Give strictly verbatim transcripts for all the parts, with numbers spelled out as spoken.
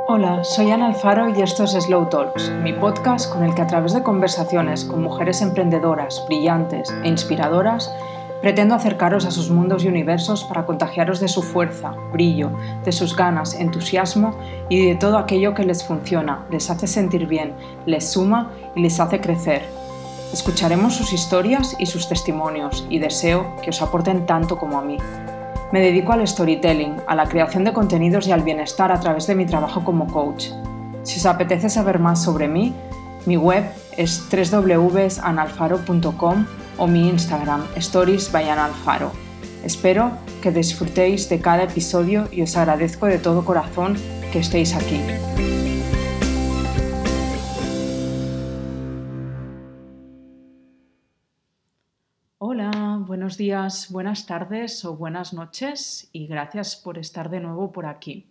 Hola, soy Ana Alfaro y esto es Slow Talks, mi podcast con el que a través de conversaciones con mujeres emprendedoras, brillantes e inspiradoras, pretendo acercaros a sus mundos y universos para contagiaros de su fuerza, brillo, de sus ganas, entusiasmo y de todo aquello que les funciona, les hace sentir bien, les suma y les hace crecer. Escucharemos sus historias y sus testimonios y deseo que os aporten tanto como a mí. Me dedico al storytelling, a la creación de contenidos y al bienestar a través de mi trabajo como coach. Si os apetece saber más sobre mí, mi web es doble u doble u doble u punto analfaro punto com o mi Instagram, stories by analfaro. Espero que disfrutéis de cada episodio y os agradezco de todo corazón que estéis aquí. Hola, buenos días, buenas tardes o buenas noches y gracias por estar de nuevo por aquí.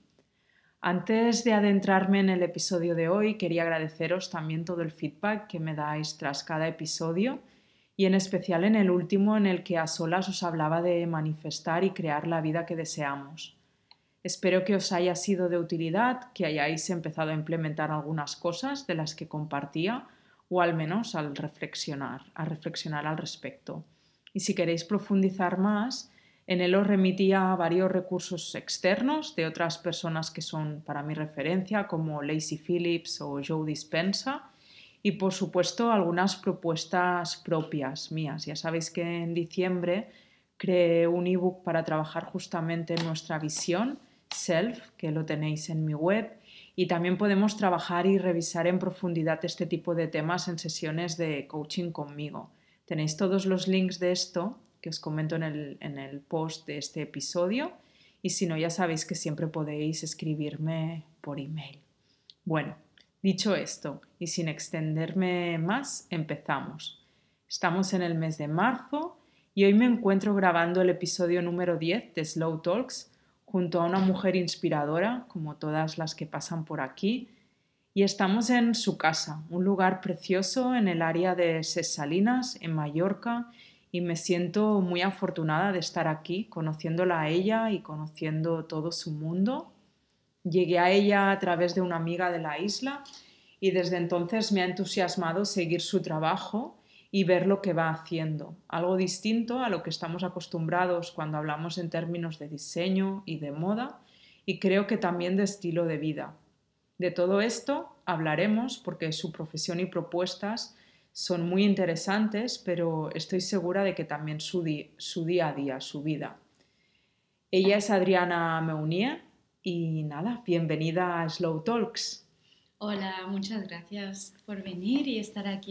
Antes de adentrarme en el episodio de hoy, quería agradeceros también todo el feedback que me dais tras cada episodio y en especial en el último en el que a solas os hablaba de manifestar y crear la vida que deseamos. Espero que os haya sido de utilidad, que hayáis empezado a implementar algunas cosas de las que compartía o al menos al reflexionar, a reflexionar al respecto. Y si queréis profundizar más, en él os remitía a varios recursos externos de otras personas que son para mi referencia, como Lacey Phillips o Joe Dispenza, y por supuesto algunas propuestas propias mías. Ya sabéis que en diciembre creé un ebook para trabajar justamente en nuestra visión, Self, que lo tenéis en mi web, y también podemos trabajar y revisar en profundidad este tipo de temas en sesiones de coaching conmigo. Tenéis todos los links de esto que os comento en el, en el post de este episodio y si no ya sabéis que siempre podéis escribirme por email. Bueno, dicho esto y sin extenderme más, empezamos. Estamos en el mes de marzo y hoy me encuentro grabando el episodio número diez de Slow Talks junto a una mujer inspiradora, como todas las que pasan por aquí, y estamos en su casa, un lugar precioso en el área de Ses Salines, en Mallorca, y me siento muy afortunada de estar aquí, conociéndola a ella y conociendo todo su mundo. Llegué a ella a través de una amiga de la isla y desde entonces me ha entusiasmado seguir su trabajo y ver lo que va haciendo, algo distinto a lo que estamos acostumbrados cuando hablamos en términos de diseño y de moda, y creo que también de estilo de vida. De todo esto hablaremos porque su profesión y propuestas son muy interesantes, pero estoy segura de que también su, di- su día a día, su vida. Ella es Adriana Meunier y nada, bienvenida a Slow Talks. Hola, muchas gracias por venir y estar aquí.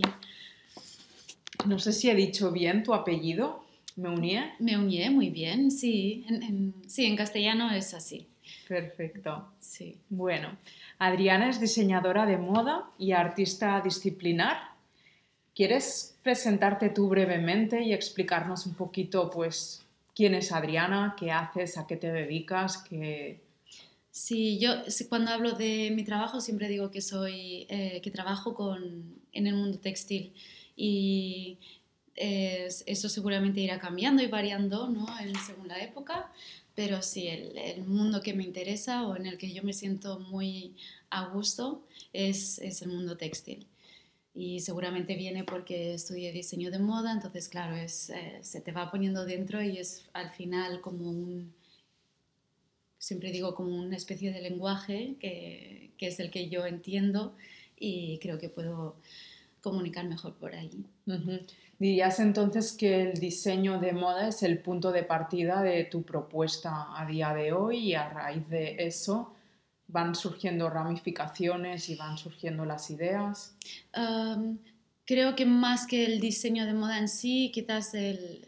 No sé si he dicho bien tu apellido, Meunier. Meunier, muy bien, sí. En, en, sí, en castellano es así. Perfecto. Sí. Bueno, Adriana es diseñadora de moda y artista disciplinar. ¿Quieres presentarte tú brevemente y explicarnos un poquito, pues, quién es Adriana, qué haces, a qué te dedicas, qué... Sí, yo cuando hablo de mi trabajo siempre digo que soy, eh, que trabajo con, en el mundo textil y eh, eso seguramente irá cambiando y variando, ¿no? En, según la época, pero sí, el, el, mundo que me interesa o en el que yo me siento muy a gusto es, es el mundo textil. Y seguramente viene porque estudié diseño de moda, entonces claro, es, eh, se te va poniendo dentro y es al final como un, siempre digo como una especie de lenguaje que, que es el que yo entiendo y creo que puedo comunicar mejor por ahí. Uh-huh. ¿Dirías entonces que el diseño de moda es el punto de partida de tu propuesta a día de hoy y a raíz de eso van surgiendo ramificaciones y van surgiendo las ideas? Um, creo que más que el diseño de moda en sí, quizás el...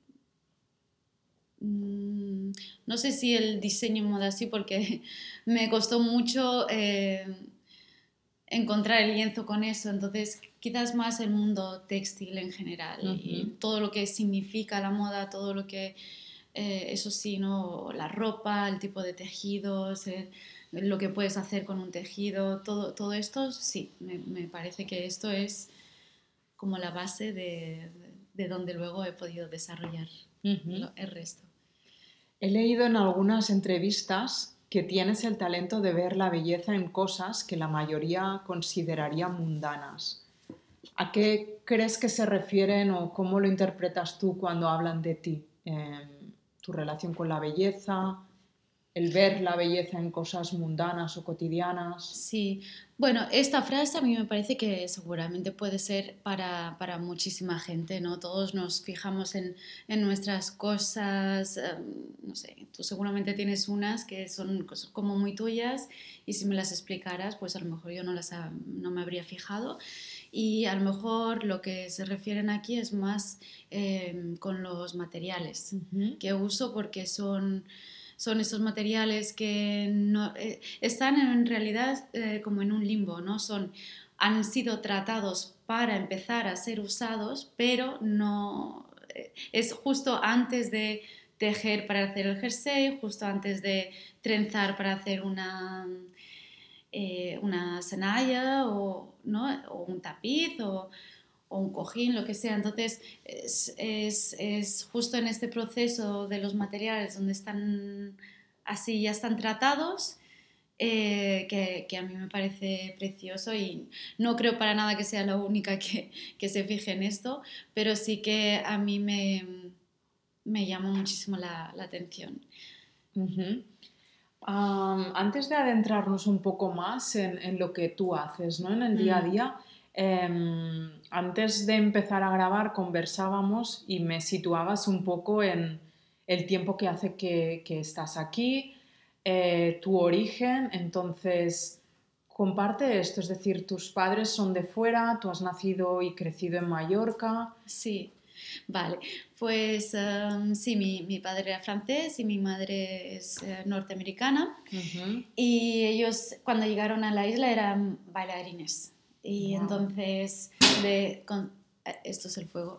Mm, no sé si el diseño de moda sí, porque me costó mucho eh, encontrar el lienzo con eso, entonces quizás más el mundo textil en general uh-huh. y todo lo que significa la moda, todo lo que, eh, eso sí, ¿no? La ropa, el tipo de tejidos, eh, lo que puedes hacer con un tejido, todo, todo esto, sí, me, me parece que esto es como la base de, de donde luego he podido desarrollar uh-huh. lo, el resto. He leído en algunas entrevistas que tienes el talento de ver la belleza en cosas que la mayoría consideraría mundanas. ¿A qué crees que se refieren o cómo lo interpretas tú cuando hablan de ti? Eh, ¿Tu relación con la belleza? ¿El ver la belleza en cosas mundanas o cotidianas? Sí, bueno, esta frase a mí me parece que seguramente puede ser para, para muchísima gente, ¿no? Todos nos fijamos en, en nuestras cosas, em, no sé, tú seguramente tienes unas que son cos- como muy tuyas y si me las explicaras, pues a lo mejor yo no las ha- no me habría fijado y a lo mejor lo que se refieren aquí es más em, con los materiales Ujú. que uso porque son son esos materiales que no, eh, están en realidad eh, como en un limbo, ¿no? Son, han sido tratados para empezar a ser usados, pero no eh, es justo antes de tejer para hacer el jersey, justo antes de trenzar para hacer una, eh, una senalla o, ¿no? o un tapiz o, o un cojín, lo que sea. Entonces, es, es, es, justo en este proceso de los materiales donde están así, ya están tratados, eh, que, que, a mí me parece precioso y no creo para nada que sea la única que, que se fije en esto, pero sí que a mí me, me llama muchísimo la, la atención. Uh-huh. Um, antes de adentrarnos un poco más en, en, lo que tú haces, ¿no? En el día a Mm. día, eh, antes de empezar a grabar conversábamos y me situabas un poco en el tiempo que hace que, que estás aquí, eh, tu origen, entonces comparte esto, es decir, tus padres son de fuera, tú has nacido y crecido en Mallorca. Sí. Vale, pues um, sí, mi, mi padre era francés y mi madre es eh, norteamericana Uh-huh. y ellos cuando llegaron a la isla eran bailarines y Wow. entonces de, con, esto es el fuego,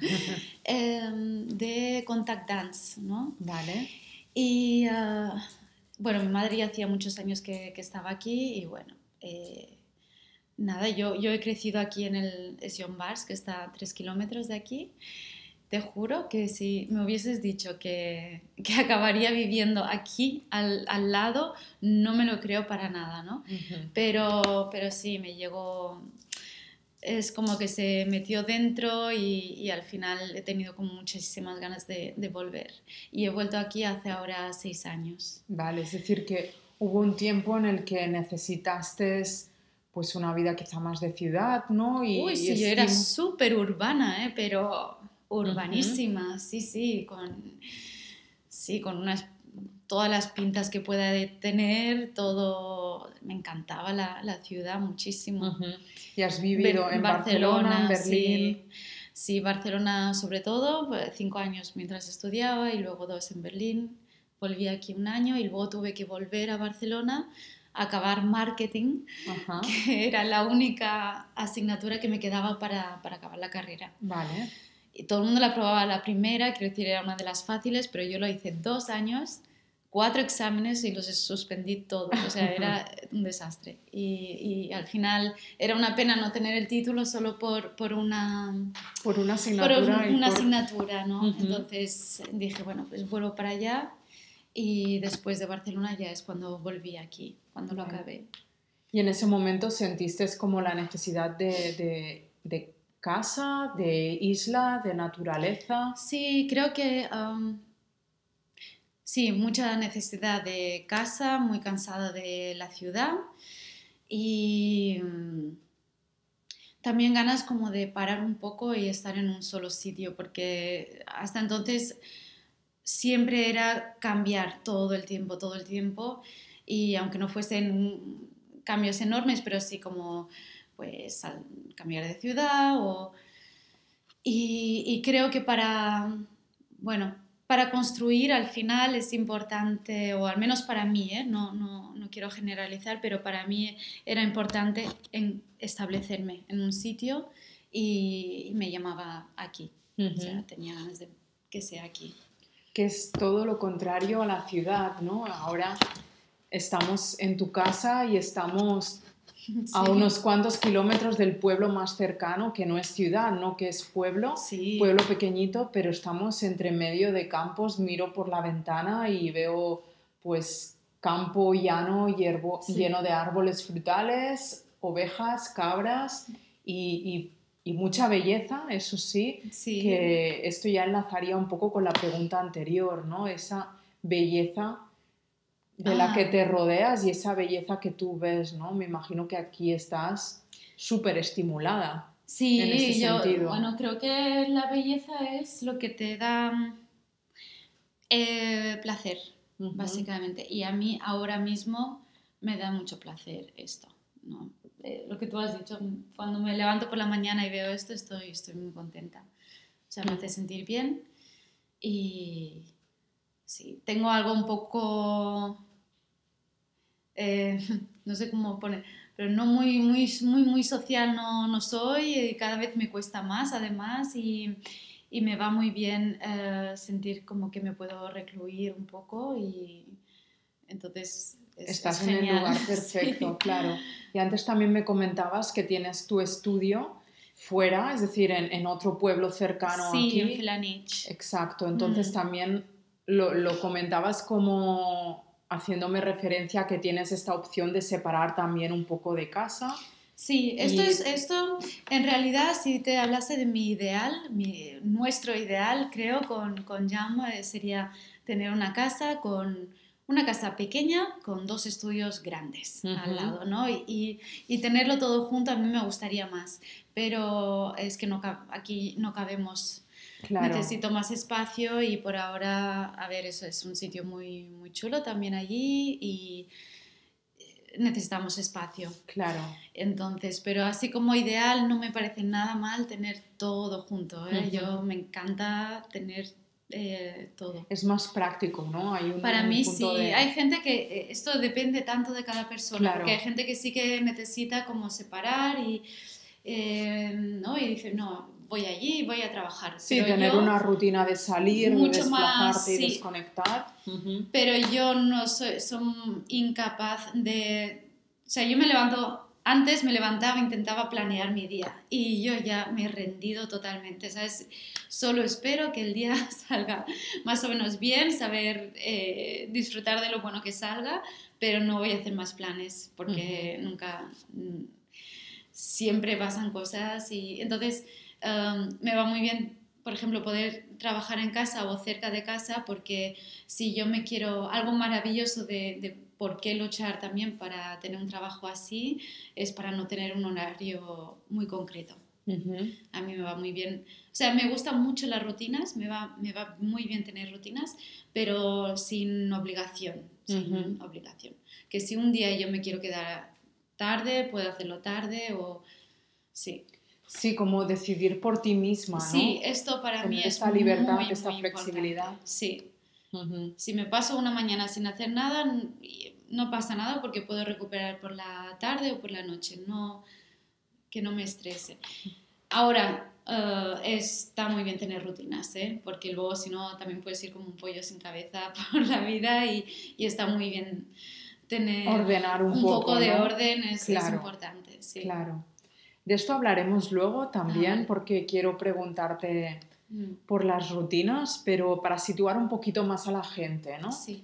em, de contact dance, ¿no? Vale. Y uh, bueno, mi madre ya hacía muchos años que, que estaba aquí y bueno, eh, nada, yo, yo he crecido aquí en el Sion Bars, que está a tres kilómetros de aquí. Te juro que si me hubieses dicho que, que acabaría viviendo aquí al, al, lado, no me lo creo para nada, ¿no? Uh-huh. Pero, pero sí, me llegó, es como que se metió dentro y, y al final he tenido como muchísimas ganas de, de volver. Y he vuelto aquí hace ahora seis años. Vale, es decir, que hubo un tiempo en el que necesitaste pues una vida quizá más de ciudad, ¿no? Y, Uy, y sí, yo era estímulo. súper urbana, ¿eh? Pero Uh-huh. urbanísima, sí, sí, con, sí, con unas, todas las pintas que pueda de tener, todo, me encantaba la, la ciudad muchísimo. Uh-huh. ¿Y has vivido Ber- en Barcelona, en Barcelona, Berlín? sí, sí, Barcelona sobre todo, pues, cinco años mientras estudiaba y luego dos en Berlín. Volví aquí un año y luego tuve que volver a Barcelona a acabar marketing, Ajá. que era la única asignatura que me quedaba para, para acabar la carrera. Vale. Y todo el mundo la probaba la primera, quiero decir, era una de las fáciles, pero yo lo hice dos años, cuatro exámenes y los suspendí todos, o sea, era un desastre. Y, y al final era una pena no tener el título solo por, por una... Por una Por asignatura y una por... asignatura, ¿no? Uh-huh. Entonces dije, bueno, pues vuelvo para allá y después de Barcelona ya es cuando volví aquí, cuando lo Vale. acabé. Y en ese momento sentiste como la necesidad de, de, de casa, de isla, de naturaleza. Sí, creo que um, sí, mucha necesidad de casa, muy cansada de la ciudad y um, también ganas como de parar un poco y estar en un solo sitio, porque hasta entonces siempre era cambiar todo el tiempo, todo el tiempo, y aunque no fuesen cambios enormes, pero sí como pues cambiar de ciudad o... Y, y creo que para, bueno, para construir al final es importante, o al menos para mí, ¿eh? no, no, no quiero generalizar, pero para mí era importante en establecerme en un sitio y, y me llamaba aquí. Uh-huh. O sea, tenía ganas de que sea aquí. Que es todo lo contrario a la ciudad, ¿no? Ahora estamos en tu casa y estamos sí. a unos cuantos kilómetros del pueblo más cercano, que no es ciudad, no que es pueblo, sí. pueblo pequeñito, pero estamos entre medio de campos, miro por la ventana y veo pues campo llano, hierbo, Sí. lleno de árboles frutales, ovejas, cabras y, y, y mucha belleza, eso sí, Sí. que esto ya enlazaría un poco con la pregunta anterior, ¿no? Esa belleza de la que Ah, te rodeas y esa belleza que tú ves, ¿no? Me imagino que aquí estás súper estimulada en este sí, yo, sentido. bueno, creo que la belleza es lo que te da eh, placer, Ujú. básicamente. Y a mí ahora mismo me da mucho placer esto, ¿no? Eh, lo que tú has dicho, cuando me levanto por la mañana y veo esto, estoy, estoy muy contenta. O sea, me hace sentir bien y sí, tengo algo un poco, eh, no sé cómo poner, pero no muy, muy, muy, muy social no, no soy y cada vez me cuesta más además y, y me va muy bien eh, sentir como que me puedo recluir un poco y entonces es, es Estás en el genial. lugar perfecto, Sí. claro. Y antes también me comentabas que tienes tu estudio fuera, es decir, en, en otro pueblo cercano Sí, en aquí. Felanich. Exacto, entonces Mm. también lo, lo comentabas como haciéndome referencia a que tienes esta opción de separar también un poco de casa. Sí, esto es, Y esto en realidad, si te hablase de mi ideal, mi, nuestro ideal, creo, con, con Jam, eh, sería tener una casa con una casa pequeña con dos estudios grandes al Ujú. lado, ¿no? Y, y, y tenerlo todo junto a mí me gustaría más, pero es que no, ca- aquí no cabemos. Claro, Necesito más espacio y por ahora, a ver, eso es un sitio muy, muy chulo también allí y necesitamos espacio. claro. Entonces, pero así como ideal, no me parece nada mal tener todo junto, ¿eh? Ujú. Yo me encanta tener eh, todo. Es más práctico, ¿no? Hay un, Para un mí punto sí, de... hay gente que eh, esto depende tanto de cada persona, porque hay Claro. gente que sí que necesita como separar y, eh, ¿no? Y dice, no, voy allí, voy a trabajar, Sí, pero tener yo una rutina de salir, de mucho más, desplazarte y sí, desconectar. Ujú. pero yo no soy, soy incapaz de... O sea, yo me levanto, antes me levantaba, intentaba planear mi día y yo ya me he rendido totalmente, ¿sabes? Solo espero que el día salga más o menos bien, saber eh, disfrutar de lo bueno que salga, pero no voy a hacer más planes porque Ujú. nunca... mm, siempre pasan cosas y entonces um, me va muy bien, por ejemplo, poder trabajar en casa o cerca de casa porque si yo me quiero, algo maravilloso de, de por qué luchar también para tener un trabajo así es para no tener un horario muy concreto. Ujú. A mí me va muy bien, o sea, me gustan mucho las rutinas, me va, me va muy bien tener rutinas, pero sin obligación, Ujú. sin obligación. Que si un día yo me quiero quedar tarde, puedo hacerlo tarde o sí. Sí, como decidir por ti misma, Sí, ¿no? esto para mí Tener es esta libertad, muy, esta muy flexibilidad. importante. Sí. Ujú. Si me paso una mañana sin hacer nada, no pasa nada porque puedo recuperar por la tarde o por la noche. No, que no me estrese. Ahora, uh, está muy bien tener rutinas, ¿eh? Porque luego si no también puedes ir como un pollo sin cabeza por la vida y, y está muy bien tener Ordenar un un poco poco, de ¿no? orden, es, es Claro, importante, sí. claro. De esto hablaremos luego Ah, también vale. porque quiero preguntarte Mm, por las rutinas, pero para situar un poquito más a la gente, ¿no? sí,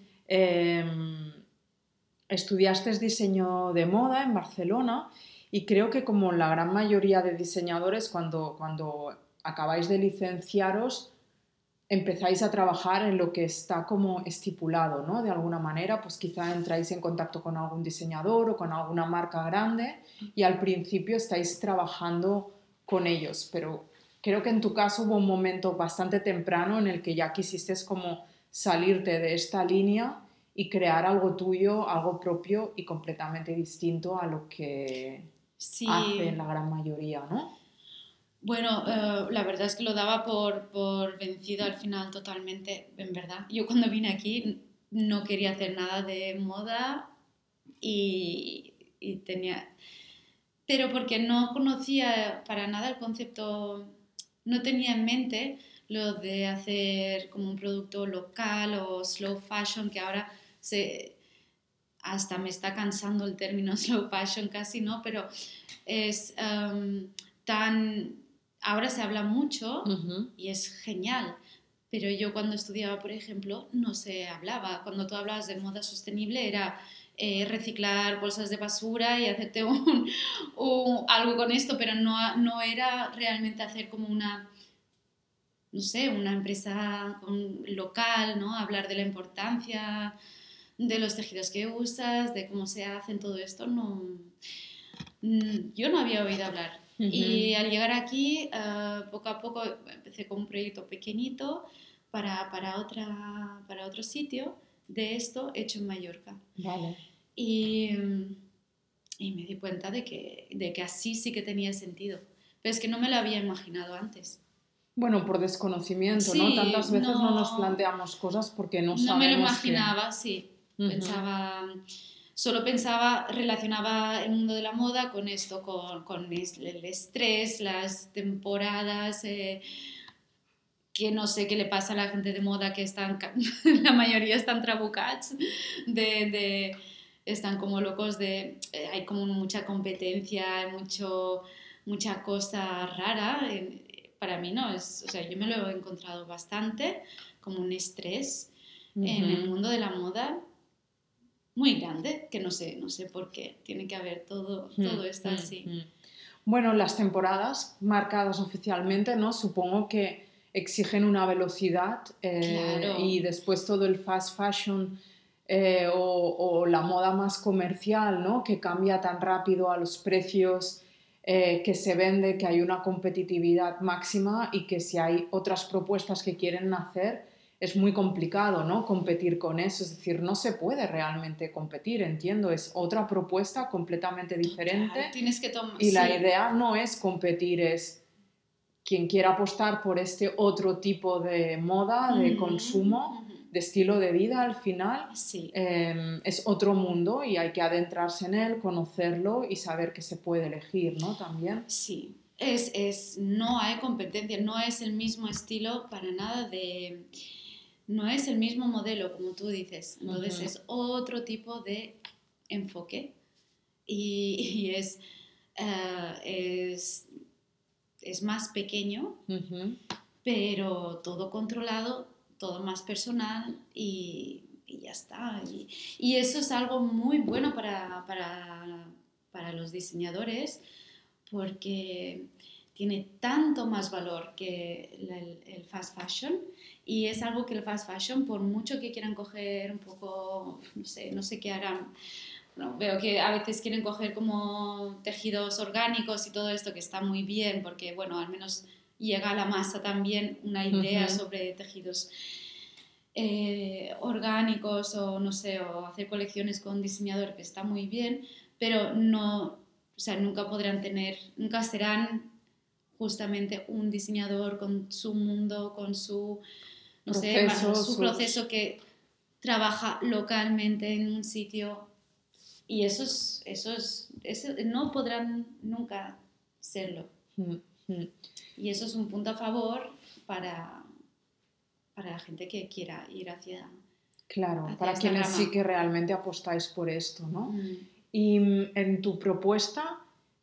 Em, estudiaste diseño de moda en Barcelona y creo que como la gran mayoría de diseñadores, cuando, cuando acabáis de licenciaros, empezáis a trabajar en lo que está como estipulado, ¿no? De alguna manera, pues quizá entráis en contacto con algún diseñador o con alguna marca grande y al principio estáis trabajando con ellos, pero creo que en tu caso hubo un momento bastante temprano en el que ya quisiste como salirte de esta línea y crear algo tuyo, algo propio y completamente distinto a lo que hacen sí. la gran mayoría, ¿no? Bueno, eh, la verdad es que lo daba por, por vencido al final totalmente, en verdad. Yo cuando vine aquí no quería hacer nada de moda y, y tenía... Pero porque no conocía para nada el concepto, no tenía en mente lo de hacer como un producto local o slow fashion, que ahora se, hasta me está cansando el término slow fashion casi, ¿no? Pero es um, tan... Ahora se habla mucho Ujú. y es genial, Pero yo cuando estudiaba, por ejemplo, no se hablaba. Cuando tú hablabas de moda sostenible era eh, reciclar bolsas de basura y hacerte un, un- algo con esto, pero no, no era realmente hacer como una, no sé, una empresa con- local, ¿no? Hablar de la importancia de los tejidos que usas, de cómo se hacen todo esto, no, mm, yo no había oído hablar. Ujú. Y al llegar aquí, eh, poco a poco empecé con un proyecto pequeñito para, para, otra, para otro sitio de esto hecho en Mallorca. Vale. Y, mm, y me di cuenta de que, de que así sí que tenía sentido. Pero es que no me lo había imaginado antes. Bueno, por desconocimiento, ¿no? Tantas Sí, veces no nos no, planteamos cosas porque no no me lo sabemos que... imaginaba, sí. Ujú. Pensaba, solo pensaba, relacionaba el mundo de la moda con esto, con, con es- el estrés, las temporadas, eh, que no sé qué le pasa a la gente de moda que están, ca- la mayoría están trabucats, de, de- están como locos de, eh, hay como mucha competencia, hay mucho, mucha cosa rara. en- para mí no, es, o sea, yo me lo he encontrado bastante como un estrés en el Ujú. mundo de la moda muy grande, que no sé, no sé por qué, tiene que haber todo, Mm, todo esto mm, así. mm. Bueno, las temporadas marcadas oficialmente, ¿no? Supongo que exigen una velocidad eh, y Claro, después todo el fast fashion eh, o, o la moda más comercial, ¿no? Que cambia tan rápido a los precios eh, que se vende, que hay una competitividad máxima y que si hay otras propuestas que quieren hacer, es muy complicado, ¿no? Competir con eso, es decir, no se puede realmente competir, entiendo, es otra propuesta completamente claro, diferente tienes que tomar, y la sí, idea no es competir, es quien quiera apostar por este otro tipo de moda, de ujú, consumo, ujú. de estilo de vida al final, Sí, eh, es otro mundo y hay que adentrarse en él, conocerlo y saber que se puede elegir, ¿no? También. sí. Es, es, no hay competencia, no es el mismo estilo para nada de... No es el mismo modelo, como tú dices. Entonces Ujú, es otro tipo de enfoque y, y es, eh, es, es más pequeño, ujú, pero todo controlado, todo más personal y, y ya está. Y, y, eso es algo muy bueno para, para, para los diseñadores porque tiene tanto más valor que el, el, fast fashion y es algo que el fast fashion, por mucho que quieran coger un poco, no sé, no sé qué harán. No, veo que a veces quieren coger como tejidos orgánicos y todo esto, que está muy bien, porque bueno, al menos llega a la masa también una idea ujú. sobre tejidos eh, orgánicos o no sé, o hacer colecciones con diseñador, que está muy bien, pero no, o sea, nunca podrán tener, nunca serán justamente un diseñador con su mundo, con su, no sé, Procesos, su proceso sus... que trabaja localmente en un sitio y eso es, eso es, eso no podrán nunca serlo. Mm, mm. Y eso es un punto a favor para, para la gente que quiera ir hacia, Claro, hacia para esta quienes sí rama. que realmente apostáis por esto, ¿no? Mm. Y mm, en tu propuesta,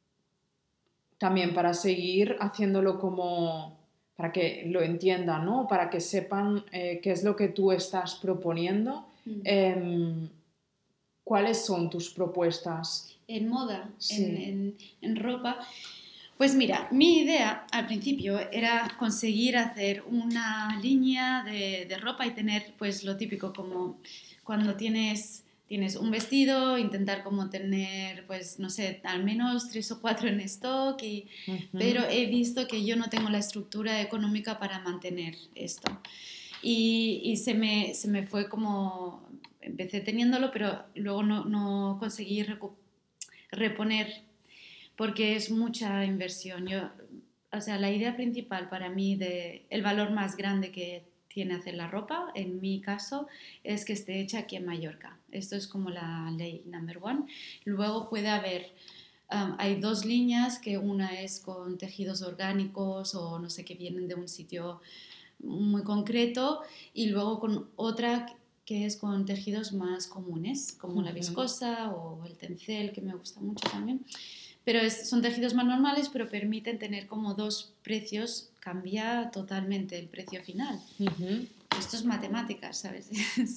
también para seguir haciéndolo como, para que lo entiendan, ¿no? Para que sepan eh, qué es lo que tú estás proponiendo. Mm. Em, ¿cuáles son tus propuestas? En moda, en, Sí. en, en ropa. Pues mira, mi idea al principio era conseguir hacer una línea de, de ropa y tener pues lo típico como cuando tienes, tienes un vestido, intentar como tener pues no sé, al menos tres o cuatro en stock, y, pero Ujú. he visto que yo no tengo la estructura económica para mantener esto. Y, y se, me, se me fue como, empecé teniéndolo, pero luego no, no conseguí recu- reponer porque es mucha inversión. Yo, o sea, la idea principal para mí de el valor más grande que tiene hacer la ropa, en mi caso, es que esté hecha aquí en Mallorca. Esto es como la ley number one. Luego puede haber, um, hay dos líneas, que una es con tejidos orgánicos o no sé, que vienen de un sitio muy concreto, y luego con otra que es con tejidos más comunes, como la Ujú. viscosa o el tencel, que me gusta mucho también. Pero es, son tejidos más normales, pero permiten tener como dos precios cambia totalmente el precio final. Uh-huh. Esto es matemáticas, ¿sabes?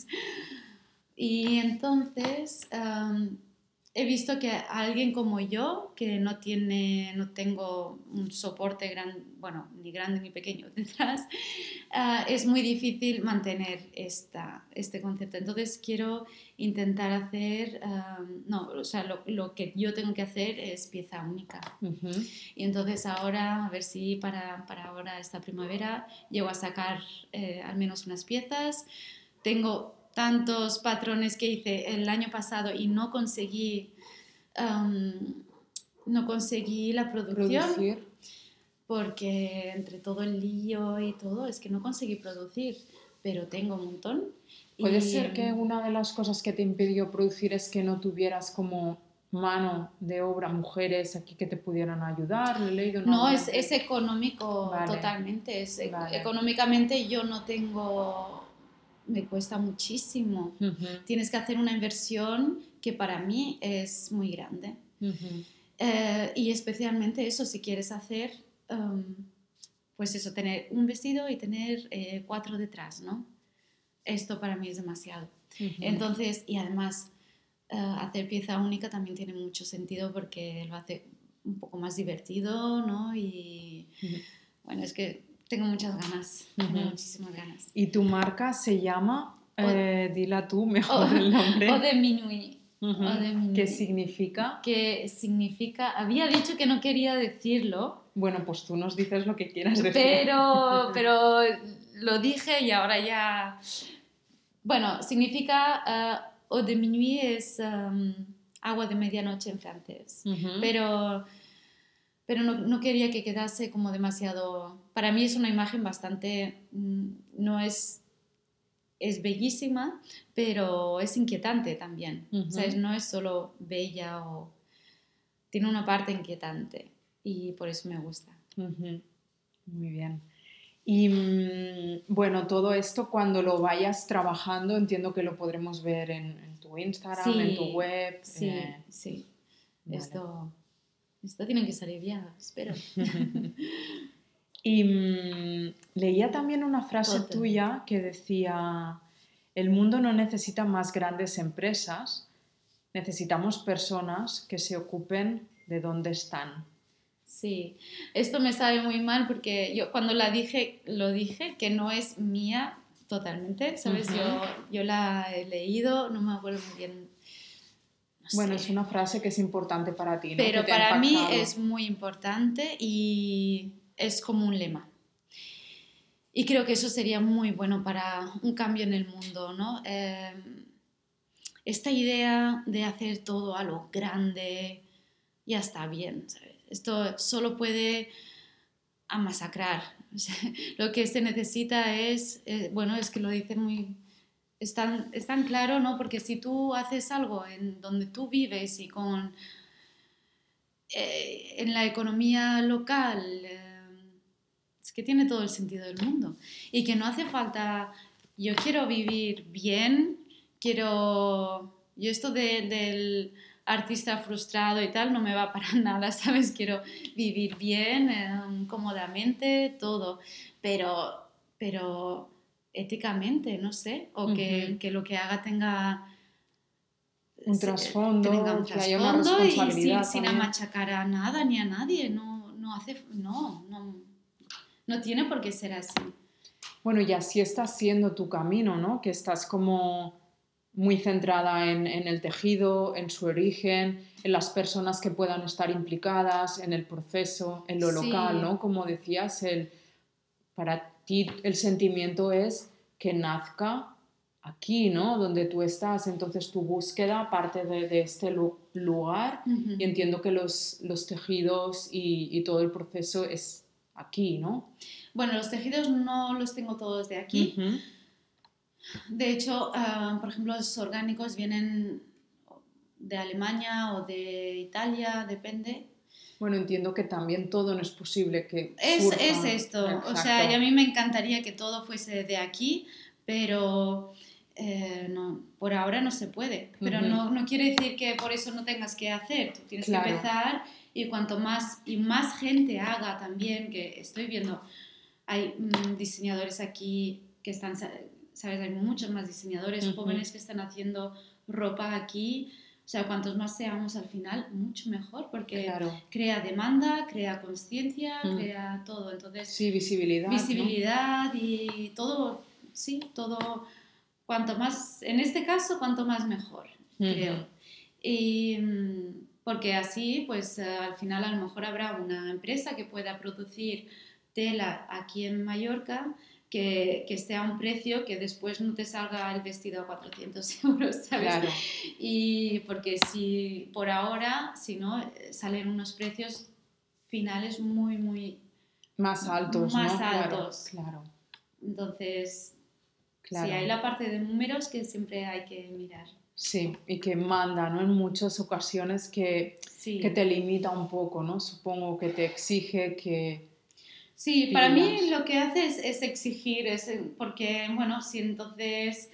Y entonces um, he visto que alguien como yo, que no tiene, no tengo un soporte gran, bueno, ni grande ni pequeño detrás, uh, es muy difícil mantener esta, este concepto. Entonces quiero intentar hacer, um, no, o sea, lo, lo que yo tengo que hacer es pieza única. Uh-huh. Y entonces ahora, a ver si para, para ahora, esta primavera, llego a sacar eh, al menos unas piezas. Tengo tantos patrones que hice el año pasado y no conseguí, um, no conseguí la producción. Producir. Porque entre todo el lío y todo, es que no conseguí producir, pero tengo un montón. Puede y... ser que una de las cosas que te impidió producir es que no tuvieras como mano de obra, mujeres aquí que te pudieran ayudar. Lo he leído. No, es, es económico. Vale. Totalmente. Es, Vale. Económicamente yo no tengo... Me cuesta muchísimo. Uh-huh. Tienes que hacer una inversión que para mí es muy grande. Uh-huh. Eh, y especialmente eso, si quieres hacer, um, pues eso, tener un vestido y tener eh, cuatro detrás, ¿no? Esto para mí es demasiado. Uh-huh. Entonces, y además, uh, hacer pieza única también tiene mucho sentido porque lo hace un poco más divertido, ¿no? Y uh-huh. bueno, es que tengo muchas ganas, uh-huh. tengo muchísimas ganas. ¿Y tu marca se llama? Eh, dila tú mejor el nombre. Eau de Minuit. Uh-huh. Eau de Minuit. ¿Qué significa? Que significa... Había dicho que no quería decirlo. Bueno, pues tú nos dices lo que quieras decir. Pero, pero lo dije y ahora ya... Bueno, significa... Uh, Eau de Minuit es um, agua de medianoche en francés. Uh-huh. Pero... pero no, no quería que quedase como demasiado... Para mí es una imagen bastante... No es... Es bellísima, pero es inquietante también. Uh-huh. ¿Sabes? No es solo bella o... Tiene una parte inquietante y por eso me gusta. Uh-huh. Muy bien. Y bueno, todo esto cuando lo vayas trabajando entiendo que lo podremos ver en, en tu Instagram, sí, en tu web. Sí, eh... sí. Vale. Esto... Esto tiene que salir ya, espero. Y mmm, leía también una frase Total. tuya que decía, el mundo no necesita más grandes empresas, necesitamos personas que se ocupen de dónde están. Sí, esto me sabe muy mal porque yo cuando la dije, lo dije, que no es mía totalmente, ¿sabes? Uh-huh. yo, yo la he leído, no me acuerdo muy bien. No bueno, sé. Es una frase que es importante para ti, ¿no? Pero para mí es muy importante y es como un lema. Y creo que eso sería muy bueno para un cambio en el mundo, ¿no? Eh, esta idea de hacer todo a lo grande ya está bien, ¿sabes? Esto solo puede amasacrar. O sea, lo que se necesita es, eh, bueno, es que lo dicen muy... Es tan, es tan claro, ¿no? Porque si tú haces algo en donde tú vives y con... Eh, en la economía local... Eh, es que tiene todo el sentido del mundo. Y que no hace falta... Yo quiero vivir bien, quiero... Yo esto de, del artista frustrado y tal no me va para nada, ¿sabes? Quiero vivir bien, eh, cómodamente, todo. Pero... pero éticamente, no sé, o que, uh-huh. que lo que haga tenga un trasfondo, tenga un que trasfondo haya una responsabilidad y sin, sin amachacar a nada ni a nadie, no, no hace, no, no, no tiene por qué ser así. Bueno, y así estás siendo tu camino, ¿no? Que estás como muy centrada en, en el tejido, en su origen, en las personas que puedan estar implicadas, en el proceso, en lo sí. local, ¿no? Como decías, el, para ti el sentimiento es que nazca aquí, ¿no? Donde tú estás. Entonces tu búsqueda parte de, de este lugar uh-huh. y entiendo que los, los tejidos y, y todo el proceso es aquí, ¿no? Bueno, los tejidos no los tengo todos de aquí. Uh-huh. De hecho, uh, por ejemplo, los orgánicos vienen de Alemania o de Italia, depende. Bueno, entiendo que también todo no es posible que es, surja. Es esto, exacto. O sea, y a mí me encantaría que todo fuese de aquí, pero eh, no, por ahora no se puede. Pero uh-huh. no, no quiere decir que por eso no tengas que hacer, tú tienes claro. que empezar y cuanto más, y más gente haga también, que estoy viendo hay mm, diseñadores aquí que están, ¿sabes? Hay muchos más diseñadores Ujú. jóvenes que están haciendo ropa aquí. O sea, cuantos más seamos al final, mucho mejor, porque Claro. crea demanda, crea conciencia, Mm. crea todo. Entonces, Sí, visibilidad, ¿no? visibilidad y todo, sí, todo, cuanto más, en este caso, cuanto más mejor, Ujú. creo. Y, mm, porque así, pues eh, al final a lo mejor habrá una empresa que pueda producir tela aquí en Mallorca que, que esté a un precio que después no te salga el vestido a cuatrocientos euros, ¿sabes? Claro. Y porque si por ahora, si no, eh, salen unos precios finales muy, muy Más altos, más ¿no? Claro, altos. claro, Entonces, sí, hay claro. la parte de números que siempre hay que mirar. Sí, y que manda, ¿no? En muchas ocasiones que, que Sí. te limita un poco, ¿no? Supongo que te exige que Sí, para mí pidas. lo que hace es, es exigir, es, porque, bueno, si entonces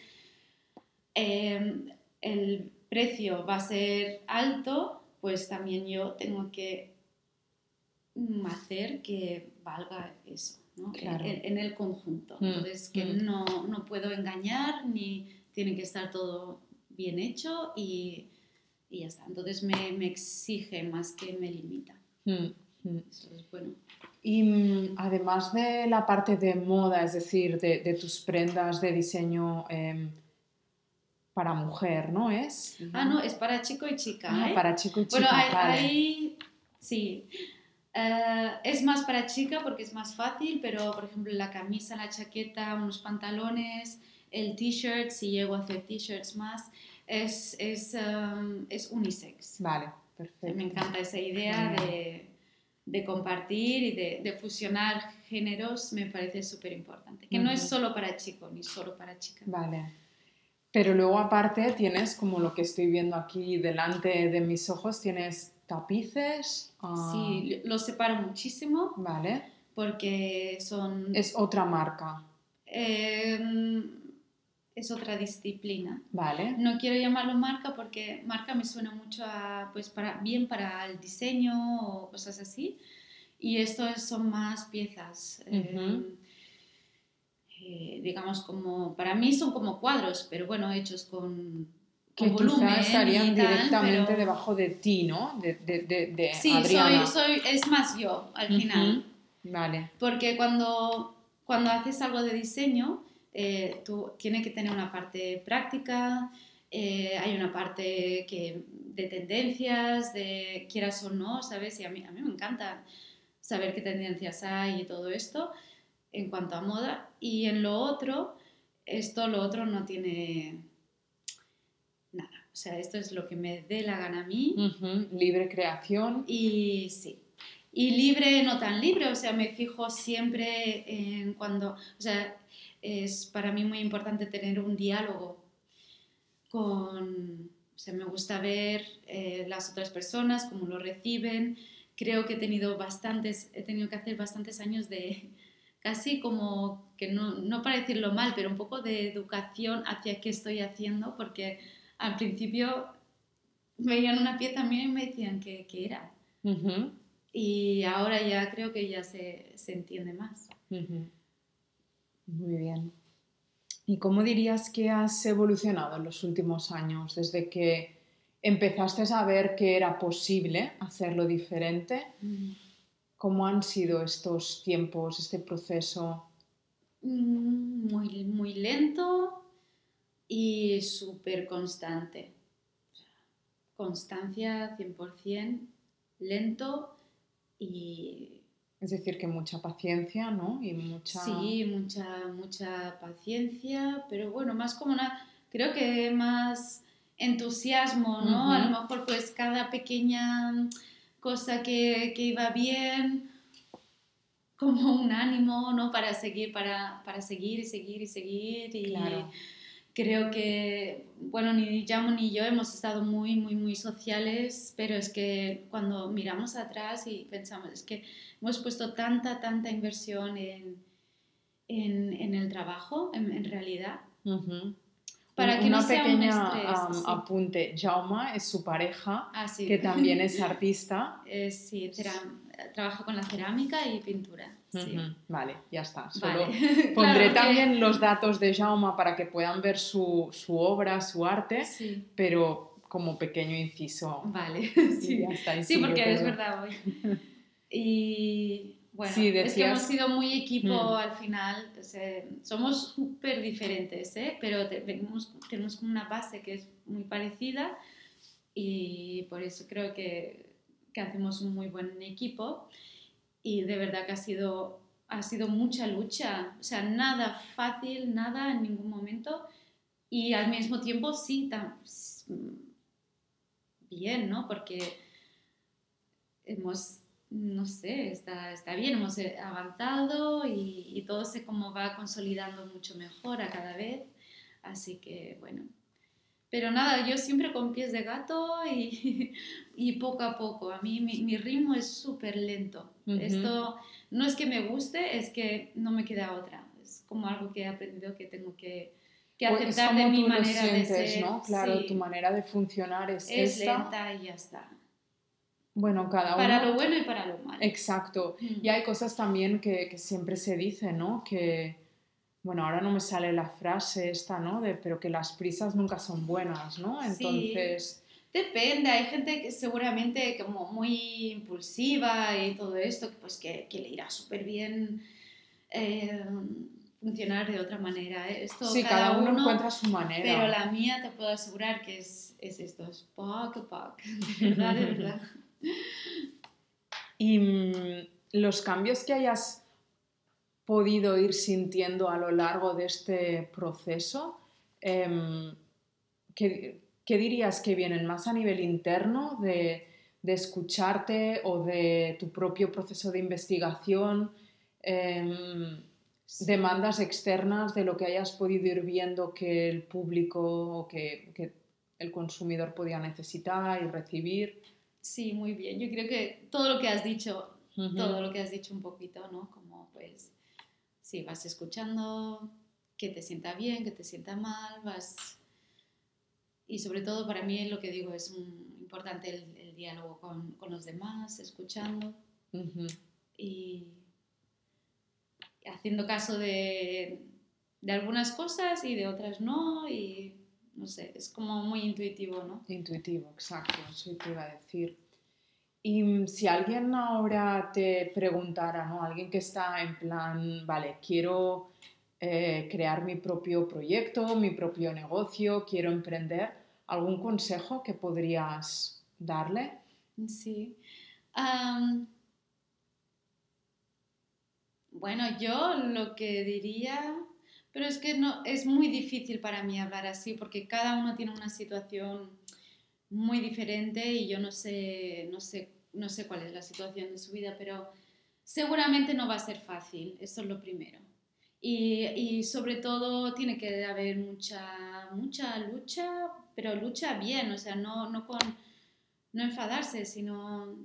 eh, el precio va a ser alto, pues también yo tengo que mm, hacer que valga eso, ¿no? Claro. En, en el conjunto. Mm, Entonces, que mm. no, no puedo engañar, ni tiene que estar todo bien hecho y, y ya está. Entonces me, me exige más que me limita. Mm, mm. Eso es bueno. Y mm, además de la parte de moda, es decir, de, de tus prendas de diseño em, para mujer, ¿no es? Ah, no, es para chico y chica, Ah, ¿eh? para chico y Bueno, chica, hay, vale. hay- sí. Eh, es más para chica porque es más fácil, pero por ejemplo la camisa, la chaqueta, unos pantalones, el t-shirt, si llego a hacer t-shirts más, es, es, um, es unisex. Vale, O sea, perfecto. me encanta esa idea Muy bien. de, de compartir y de, de fusionar géneros, me parece súper importante. Que no es Ujú. solo para chico ni solo para chica. Vale. Pero luego aparte tienes, como lo que estoy viendo aquí delante de mis ojos, tienes tapices. ah, Sí, los separo muchísimo Vale. porque son... Es otra marca. eh, es otra disciplina. Vale. No quiero llamarlo marca porque marca me suena mucho a, pues para, bien para el diseño o cosas así. Y estos son más piezas. eh, Ujú. eh, digamos como, para mí son como cuadros, pero bueno, hechos con, Que con quizá volumen estarían y tal, directamente pero debajo de ti, ¿no? De, de, de, de sí, soy, Adriana. soy, es más yo al Ujú. final. Vale. Porque cuando, cuando haces algo de diseño, eh, tú tienes que tener una parte práctica, eh, hay una parte que, de tendencias, de quieras o no, ¿sabes? Y a mí, a mí me encanta saber qué tendencias hay y todo esto en cuanto a moda. Y en lo otro, esto, lo otro no tiene nada. O sea, esto es lo que me dé la gana a mí. Ujú. Libre creación. Y sí. Y libre, no tan libre, o sea, me fijo siempre en cuando, o sea, es para mí muy importante tener un diálogo con, o sea, me gusta ver eh, las otras personas, cómo lo reciben. Creo que he tenido bastantes, he tenido que hacer bastantes años de casi como que no, no para decirlo mal, pero un poco de educación hacia qué estoy haciendo, porque al principio veían una pieza mía y me decían que, que era. Ujú. Y ahora ya creo que ya se, se entiende más. Ujú. Muy bien. ¿Y cómo dirías que has evolucionado en los últimos años, desde que empezaste a ver que era posible hacerlo diferente? Mm. ¿Cómo han sido estos tiempos, este proceso? Mm, Muy, muy lento y súper constante. Constancia cien por ciento, lento y Es decir, que mucha paciencia, ¿no? Y mucha... sí, mucha, mucha paciencia, pero bueno, más como una, creo que más entusiasmo, ¿no? A lo Ujú. mejor pues cada pequeña cosa que, que iba bien, como un ánimo, ¿no? Para seguir, para, para seguir y seguir y seguir. Y Claro. creo que, bueno, ni Llamo ni yo hemos estado muy, muy, muy sociales, pero es que cuando miramos atrás y pensamos, es que hemos puesto tanta, tanta inversión en, en, en el trabajo, en, en realidad. Ujú. Para que Una no sea un pequeña estrés. um, Sí. apunte, Jaume es su pareja, Ah, sí. que también es artista. Eh, sí, ceram- trabajo con la cerámica y pintura. Sí. Ujú, vale, ya está. Solo Vale. pondré Claro, también porque... los datos de Jaume para que puedan ver su, su obra, su arte, Sí. pero como pequeño inciso. Vale, Y sí. ya está, y Sí, sigue, porque es perdón. verdad hoy. Y bueno, Sí, es que hemos decías. sido muy equipo Mm, al final. O sea, somos súper diferentes, ¿eh? Pero te- venimos- tenemos como una base que es muy parecida y por eso creo que, que hacemos un muy buen equipo. Y de verdad que ha sido, ha sido mucha lucha. O sea, nada fácil, nada en ningún momento. Y al mismo tiempo sí, tam- bien, ¿no? Porque hemos, no sé, está, está bien, hemos eh, avanzado y, y todo se como va consolidando mucho mejor a cada vez. Así que, bueno. Pero nada, yo siempre con pies de gato y, y poco a poco. A mí mi, mi ritmo es súper lento. ujú. Esto no es que me guste, es que no me queda otra. Es como algo que he aprendido que tengo que, que Pues es aceptar de como mi tú lo manera de sientes, ser. ¿no? Claro, tu Sí, manera de funcionar es es esta. lenta y ya está. Bueno, cada Para lo uno. bueno y para lo malo. Exacto. Y Mm. hay cosas también que, que siempre se dicen, ¿no? Que, bueno, ahora no me sale la frase esta, ¿no? De, pero que las prisas nunca son buenas, ¿no? Sí, Entonces, depende. Hay gente que seguramente como muy impulsiva y todo esto, que pues que, que le irá súper bien eh, funcionar de otra manera, ¿eh? Esto sí, cada cada uno uno, encuentra su pero manera. la mía te puedo asegurar que es, es esto, es poc a poc, de verdad, de verdad. Y mm, los cambios que hayas podido ir sintiendo a lo largo de este proceso, em, ¿qué, qué dirías que vienen más a nivel interno de, de escucharte o de tu propio proceso de investigación? Em, Sí, demandas externas de lo que hayas podido ir viendo que el público o que, que el consumidor podía necesitar y recibir. sí, muy bien. Yo creo que todo lo que has dicho, Ujú, todo lo que has dicho un poquito, ¿no? Como pues, sí, vas escuchando que te sienta bien, que te sienta mal, vas... Y sobre todo para mí lo que digo es un- importante el, el diálogo con, con los demás, escuchando ujú. y haciendo caso de, de algunas cosas y de otras no. Y no sé, es como muy intuitivo, ¿no? Intuitivo, exacto, eso te iba a decir. Y mm, si alguien ahora te preguntara, ¿no? Alguien que está en plan, vale, quiero eh, crear mi propio proyecto, mi propio negocio, quiero emprender, ¿algún consejo que podrías darle? Sí. Am, bueno, yo lo que diría, pero es que no, es muy difícil para mí hablar así porque cada uno tiene una situación muy diferente y yo no sé, no sé, no sé cuál es la situación de su vida, pero seguramente no va a ser fácil, eso es lo primero. Y, y sobre todo tiene que haber mucha, mucha lucha, pero lucha bien, o sea, no, no con no enfadarse, sino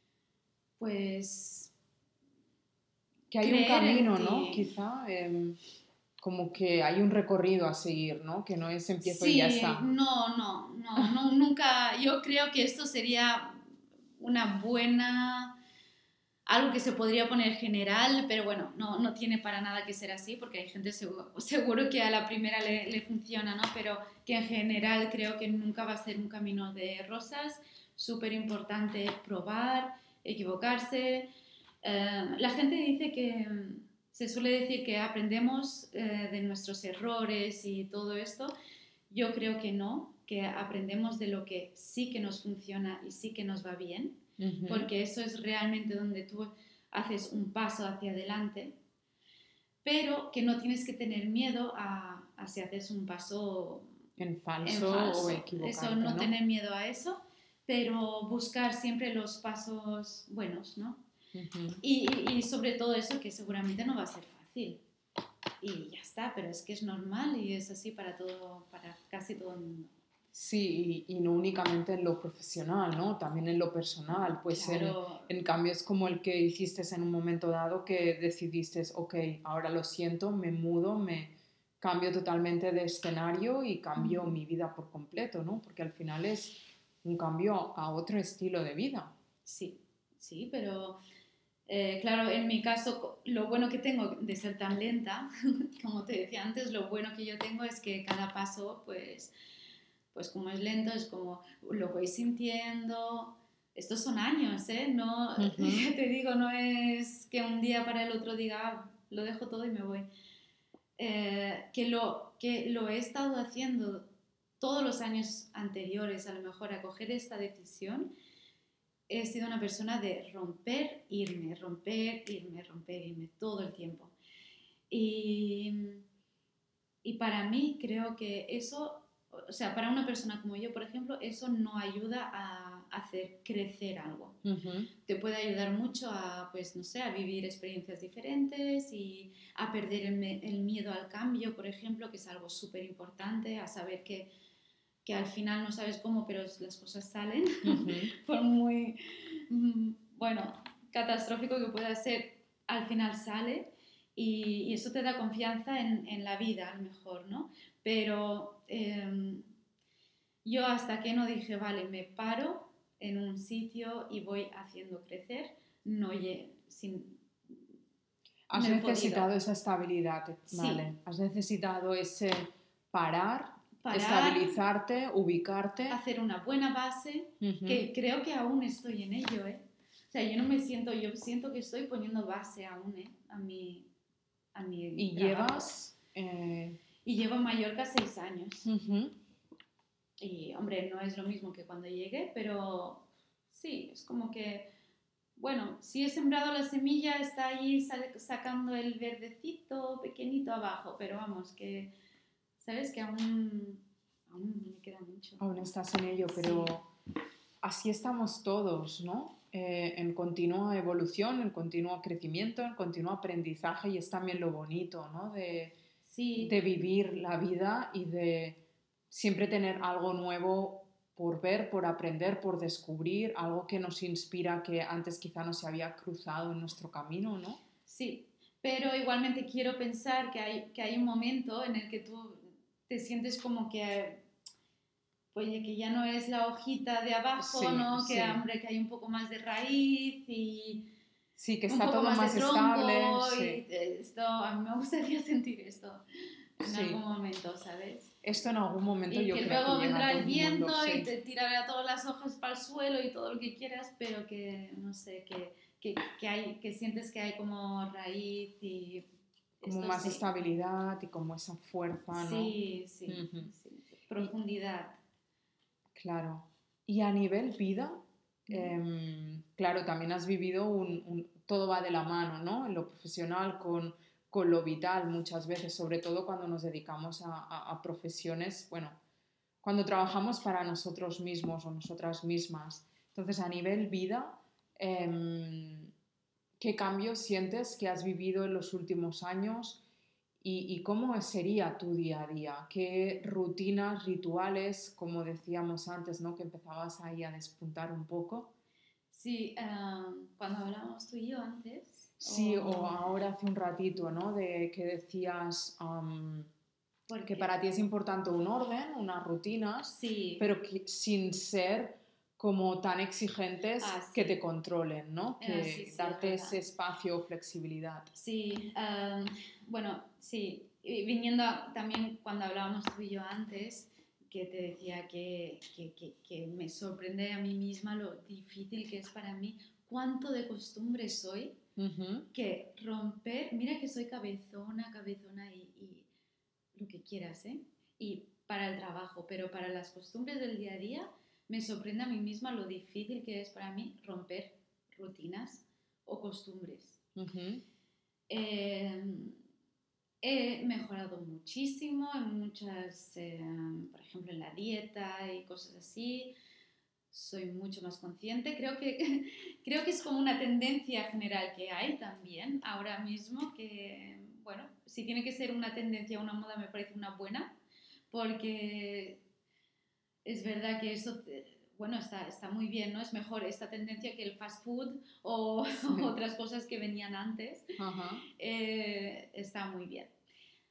pues Que hay un creer en camino, ¿no? ti. Quizá, em, como que hay un recorrido a seguir, ¿no? Que no es empiezo y ya Sí, está. no, no, no, no, nunca, yo creo que esto sería una buena, algo que se podría poner general, pero bueno, no, no tiene para nada que ser así, porque hay gente seguro, seguro que a la primera le, le funciona, ¿no? Pero que en general creo que nunca va a ser un camino de rosas, súper importante probar, equivocarse. Eh, la gente dice que, se suele decir que aprendemos eh, de nuestros errores y todo esto. Yo creo que no, que aprendemos de lo que sí que nos funciona y sí que nos va bien, Ujú. porque eso es realmente donde tú haces un paso hacia adelante, pero que no tienes que tener miedo a, a si haces un paso En en falso o falso. Eso, equivocarte, no ¿no? tener miedo a eso, pero buscar siempre los pasos buenos, ¿no? Ujú. Y, y, y sobre todo eso que seguramente no va a ser fácil. Y ya está, pero es que es normal y es así para todo, para casi todo el mundo. Sí, y, y no únicamente en lo profesional, ¿no? También en lo personal. Pues en, Claro, en cambios como el que hiciste en un momento dado que decidiste, ok, ahora lo siento, me mudo, me cambio totalmente de escenario y cambio Ujú. mi vida por completo, ¿no? Porque al final es un cambio a otro estilo de vida. Sí, sí, pero eh, claro, en mi caso, co- lo bueno que tengo de ser tan lenta, como te decía antes, lo bueno que yo tengo es que cada paso, pues, pues como es lento, es como lo voy sintiendo. Estos son años, ¿eh? No, Ujú. ya te digo, no es que un día para el otro diga, "Ah, lo dejo todo y me voy". Eh, que, lo, que lo he estado haciendo todos los años anteriores, a lo mejor a coger esta decisión, he sido una persona de romper, irme, romper, irme, romper, irme todo el tiempo. Y, y para mí creo que eso, o sea, para una persona como yo, por ejemplo, eso no ayuda a hacer crecer algo. Ujú. Te puede ayudar mucho a, pues, no sé, a vivir experiencias diferentes y a perder el, me- el miedo al cambio, por ejemplo, que es algo súper importante, a saber que, que al final no sabes cómo, pero las cosas salen, Ujú. por muy, mm, bueno, catastrófico que pueda ser, al final sale y, y eso te da confianza en, en la vida, a lo mejor, ¿no? Pero eh, yo hasta que no dije, vale, me paro en un sitio y voy haciendo crecer, no lle- sin, Has no he podido. necesitado esa estabilidad, ¿vale? Sí, Has necesitado ese parar, parar, estabilizarte, ubicarte. hacer una buena base, Ujú. que creo que aún estoy en ello, ¿eh? O sea, yo no me siento, yo siento que estoy poniendo base aún, ¿eh? A mi, a mi Y trabajo. llevas... eh, Y llevo en Mallorca seis años. ujú. Y, hombre, no es lo mismo que cuando llegué, pero sí, es como que, bueno, si he sembrado la semilla, está ahí sacando el verdecito pequeñito abajo, pero vamos, que, ¿sabes? Que aún, aún me queda mucho. Aún estás en ello, pero Sí, así estamos todos, ¿no? Eh, en continua evolución, en continuo crecimiento, en continuo aprendizaje y es también lo bonito, ¿no? De, sí, de vivir la vida y de siempre tener algo nuevo por ver, por aprender, por descubrir, algo que nos inspira que antes quizá no se había cruzado en nuestro camino, ¿no? sí. Pero igualmente quiero pensar que hay, que hay un momento en el que tú te sientes como que oye, que ya no es la hojita de abajo, Sí, ¿no? Que, sí. hombre, que hay un poco más de raíz y Sí, que un está poco todo más de más estable, tronco sí. y esto, a mí me gustaría sentir esto en algún Sí. momento, ¿sabes? Esto en algún momento Y yo que creo que luego llega a vendrá todo el el mundo, viento y sí. te tirará todas las hojas para el suelo y todo lo que quieras, pero que, no sé, que, que, que, hay, que sientes que hay como raíz y Como esto más sí. estabilidad y como esa fuerza, ¿no? Sí, sí, Ujú. sí. Y Profundidad. claro. Y a nivel vida, Ujú. em, claro, también has vivido un, un- todo va de la mano, ¿no? En lo profesional con, con lo vital muchas veces, sobre todo cuando nos dedicamos a, a- a profesiones, bueno, cuando trabajamos para nosotros mismos o nosotras mismas. Entonces, a nivel vida, em, ¿qué cambios sientes que has vivido en los últimos años y, y cómo sería tu día a día? ¿Qué rutinas, rituales, como decíamos antes, ¿no? Que empezabas ahí a despuntar un poco? Sí, ah, cuando hablábamos tú y yo antes, Sí, o o ahora hace un ratito, ¿no? De que decías am, que porque para ti es importante un orden, unas rutinas, sí, pero que sin ser como tan exigentes ah, que te sí, controlen, ¿no? ah, sí, Que sí, es darte ese verdad. espacio o flexibilidad. Sí, ah, bueno, sí, y viniendo a- también cuando hablábamos tú y yo antes, que te decía que, que, que, que me sorprende a mí misma lo difícil que es para mí, cuánto de costumbre soy, Ujú. que romper, mira que soy cabezona, cabezona y, y lo que quieras, ¿eh? Y para el trabajo, pero para las costumbres del día a día, me sorprende a mí misma lo difícil que es para mí romper rutinas o costumbres. Ujú. Eh, He mejorado muchísimo en muchas, eh, por ejemplo, en la dieta y cosas así. Soy mucho más consciente. Creo que, creo que es como una tendencia general que hay también ahora mismo, que, bueno, si tiene que ser una tendencia, una moda, me parece una buena, porque es verdad que eso, bueno, está, está muy bien, ¿no? Es mejor esta tendencia que el fast food o Sí. otras cosas que venían antes. Ajá. Eh, está muy bien.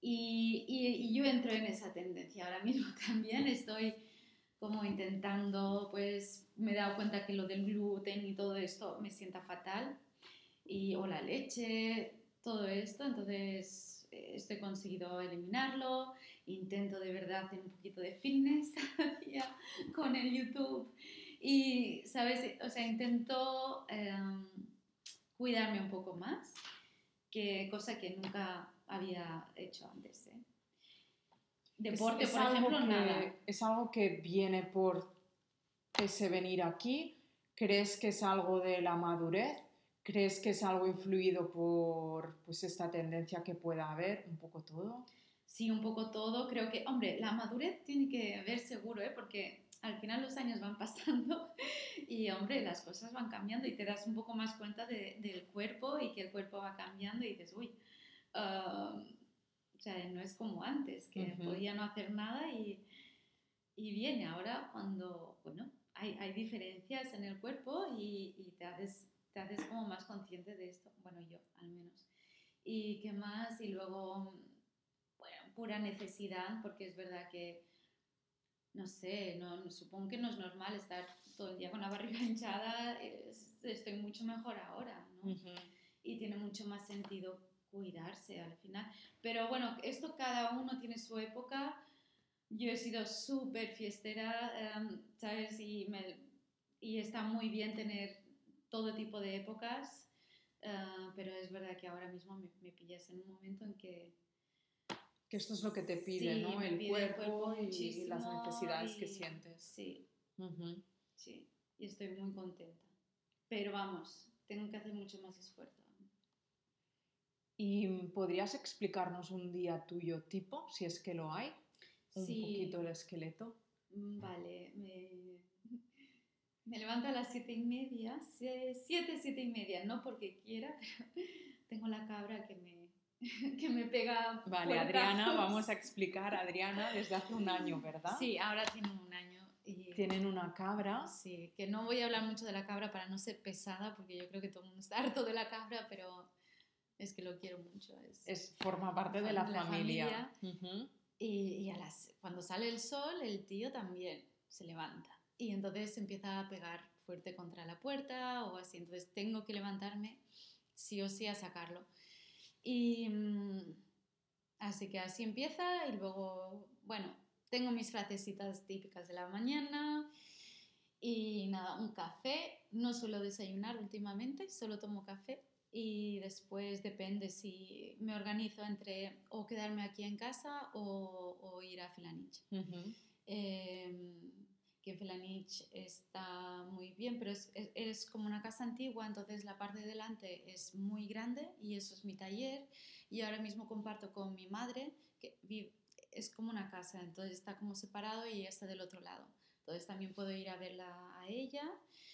Y, y, y yo entro en esa tendencia ahora mismo también, estoy como intentando, pues me he dado cuenta que lo del gluten y todo esto me sienta fatal, y, o la leche, todo esto, entonces eh, estoy conseguido eliminarlo, intento de verdad hacer un poquito de fitness cada día con el YouTube y, ¿sabes? O sea, intento eh, cuidarme un poco más, que cosa que nunca había hecho antes, ¿eh? Es, Deporte, es por algo ejemplo, nada. que, es algo que viene por ese venir aquí. ¿Crees que es algo de la madurez? ¿Crees que es algo influido por pues, esta tendencia que pueda haber? Un poco todo. Sí, un poco todo. Creo que, hombre, la madurez tiene que ver seguro, ¿eh? Porque al final los años van pasando y, hombre, las cosas van cambiando y te das un poco más cuenta de- del cuerpo y que el cuerpo va cambiando y dices, uy, ah, o sea, no es como antes, que Ujú. podía no hacer nada y, y viene ahora cuando, bueno, hay, hay diferencias en el cuerpo y, y te haces, te haces como más consciente de esto. Bueno, yo al menos. ¿Y qué más? Y luego, bueno, pura necesidad, porque es verdad que, no sé, no, supongo que no es normal estar todo el día con la barriga hinchada, es- estoy mucho mejor ahora, ¿no? Ujú. Y tiene mucho más sentido cuidarse al final. Pero bueno, esto cada uno tiene su época. Yo he sido súper fiestera, em, ¿sabes? Y, me, y está muy bien tener todo tipo de épocas, eh, pero es verdad que ahora mismo me, me pillas en un momento en que Que esto es lo que te pide, sí, ¿no? me El pide el cuerpo cuerpo y las muchísimo necesidades que y sientes. sí, Ujú. sí, y estoy muy contenta. Pero vamos, tengo que hacer mucho más esfuerzo. ¿Y podrías explicarnos un día tuyo tipo, si es que lo hay? Un poquito Sí, el esqueleto. mm, vale, me, me levanto a las siete y media, sie- siete, siete y media, no porque quiera, pero tengo la cabra que me, que me pega Vale, Adriana, vamos a puertazos. explicar a Adriana desde hace un año, ¿verdad? Sí, ahora tiene un año y Tienen una cabra. sí, que no voy a hablar mucho de la cabra para no ser pesada, porque yo creo que todo el mundo está harto de la cabra, pero es que lo quiero mucho, es Es, forma parte de fa- la de la familia. familia. Ujú. Y, y a las, cuando sale el sol, el tío también se levanta. Y entonces empieza a pegar fuerte contra la puerta o así. Entonces tengo que levantarme sí o sí a sacarlo. Y mm, así que así empieza y luego, bueno, tengo mis frasecitas típicas de la mañana y nada, un café. No suelo desayunar últimamente, solo tomo café. Y después depende si me organizo entre o quedarme aquí en casa o, o ir a Felanich. Ujú. Eh, que en Felanich está muy bien, pero es, es, es como una casa antigua, entonces la parte de delante es muy grande y eso es mi taller. Y ahora mismo comparto con mi madre, que vive, es como una casa, entonces está como separado y ella está del otro lado. Entonces también puedo ir a verla a ella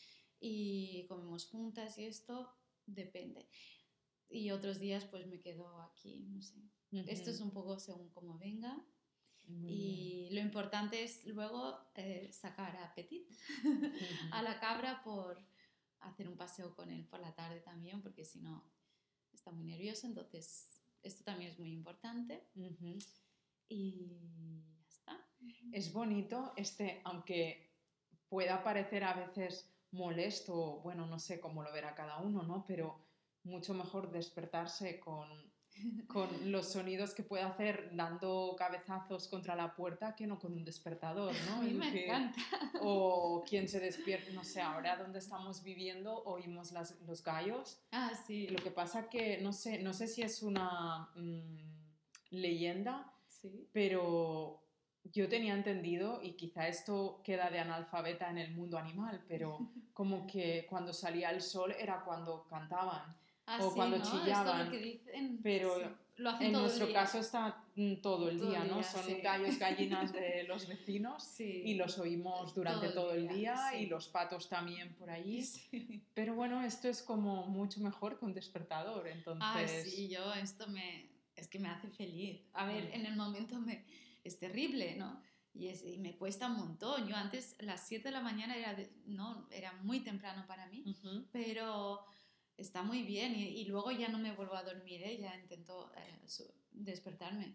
y comemos juntas y esto depende. Y otros días pues me quedo aquí, no sé. Esto es Ujú. un poco según cómo venga. Muy bien. Y lo importante es luego eh, sacar a Petit, a Ujú. la cabra, por hacer un paseo con él por la tarde también, porque si no está muy nervioso. Entonces, esto también es muy importante. Ujú. Y ya está. Es bonito este, aunque pueda parecer a veces molesto, bueno, no sé cómo lo verá cada uno, ¿no? Pero mucho mejor despertarse con, con los sonidos que puede hacer dando cabezazos contra la puerta que no con un despertador, A ¿no? mí Es me decir, encanta. o quien se despierta, no sé, ahora donde estamos viviendo oímos las- los gallos. Ah, Lo sí. que pasa que no sé, no sé si es una mm, leyenda, Sí. pero yo tenía entendido, y quizá esto queda de analfabeta en el mundo animal, pero como que cuando salía el sol era cuando cantaban Ah, o sí, cuando ¿no? Esto es lo que chillaban, dicen. pero Sí. Lo hacen en todo el nuestro día. caso está mm, todo el Todo el día, ¿no? día, Son sí. gallos, gallinas de los vecinos y Sí. los oímos durante Todo el todo el día, día y sí. los patos también por allí. Sí. Pero bueno, esto es como mucho mejor que un despertador, Ay, sí, entonces... yo esto me, es que me hace feliz. A ver, mm, en el momento me, es terrible, ¿no? Y, es, y me cuesta un montón. Yo antes, las siete de la mañana era, de- no, era muy temprano para mí, ujú. pero está muy bien y, y luego ya no me vuelvo a dormir, ¿eh? Ya intento eh, su- despertarme.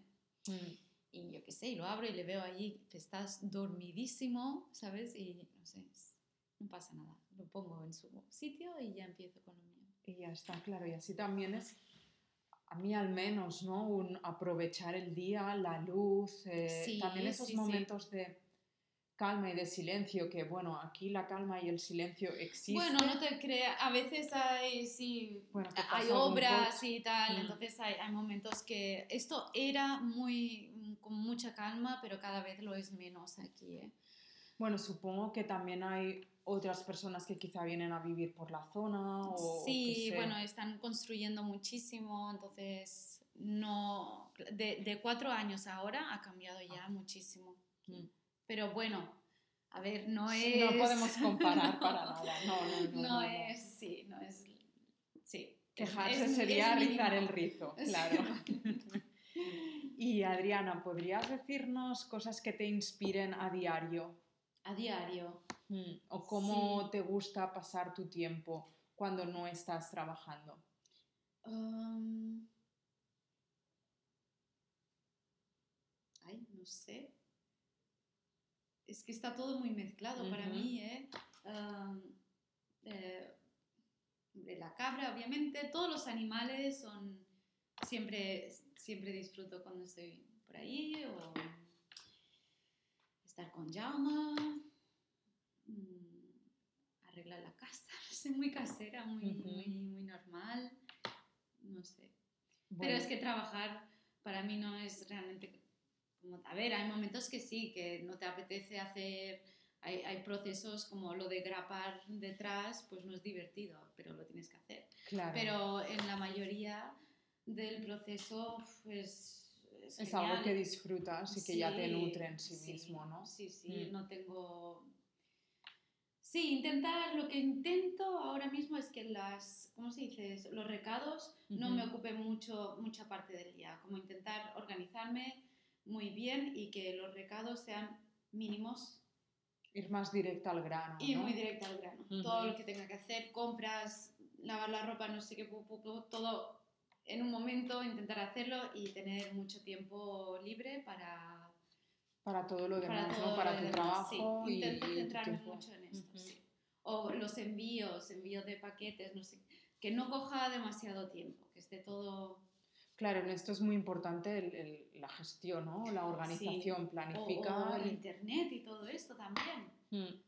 Mm. Y yo qué sé, y lo abro y le veo allí que estás dormidísimo, ¿sabes? Y no sé, es- no pasa nada. Lo pongo en su sitio y ya empiezo con lo mío. Y ya está, claro. Y así también es, a mí al menos, ¿no? Un aprovechar el día, la luz, eh, también Sí, esos sí, sí. momentos de calma y de silencio, que bueno, aquí la calma y el silencio Bueno, no existe. te creas, a veces hay, sí, Bueno, que hay pasa algún obras coche. y tal, Mm. entonces hay, hay momentos que esto era muy, con mucha calma, pero cada vez lo es menos aquí, ¿eh? Bueno, supongo que también hay otras personas que quizá vienen a vivir por la zona o, o qué Sí, bueno, sé. están construyendo muchísimo, entonces no, de, de cuatro años ahora ha cambiado ya Ah, muchísimo mm. aquí. Pero bueno, a ver, no Sí, no es, podemos comparar para no, nada. No, no, no, no no, es, no. sí, no es, sí, es, es, Quejarse es sería rizar el mínimo. rizo, Sí, claro. Y Adriana, ¿podrías decirnos cosas que te inspiren a diario? a diario, Mm, ¿o cómo sí. te gusta pasar tu tiempo cuando no estás trabajando? Um, ay, no sé. Es que está todo muy mezclado para Ujú. mí, ¿eh? Um, eh, la cabra, obviamente, todos los animales son, siempre, siempre disfruto cuando estoy por ahí, o estar con Jaume, mm, arreglar la casa, no sé, muy casera, muy, Ujú. muy, muy normal, no sé. Pero Bueno, es que trabajar para mí no es realmente como, a ver, hay momentos que sí, que no te apetece hacer, hay, hay procesos como lo de grapar detrás, pues no es divertido, pero lo tienes que hacer. claro, Pero en la mayoría del proceso, pues es es algo que genial. disfrutas y que ya te nutre Sí, en sí mismo, sí, ¿no? sí, sí, Mm, no tengo. Sí, intentar, lo que intento ahora mismo es que las, ¿cómo se dice? Los recados no me ujú. ocupen mucho, mucha parte del día, como intentar organizarme muy bien y que los recados sean mínimos Ir más directa al grano, y muy ¿no? directo al grano. Todo lo Ujú. que tenga que hacer, compras, lavar la ropa, no sé qué, pu, pu, pu, todo en un momento, intentar hacerlo y tener mucho tiempo libre para, Para todo lo para demás, ¿no? todo lo Para tu demás, sí. trabajo Intento y, y tu centrarme tiempo. mucho en esto, Ujú. sí. O los envíos, envíos de paquetes, no sé, que no coja demasiado tiempo, que esté todo, Claro, en esto es muy importante el- el- la gestión, ¿no? La sí. organización, O, o planificar. el internet y todo esto también. Mm.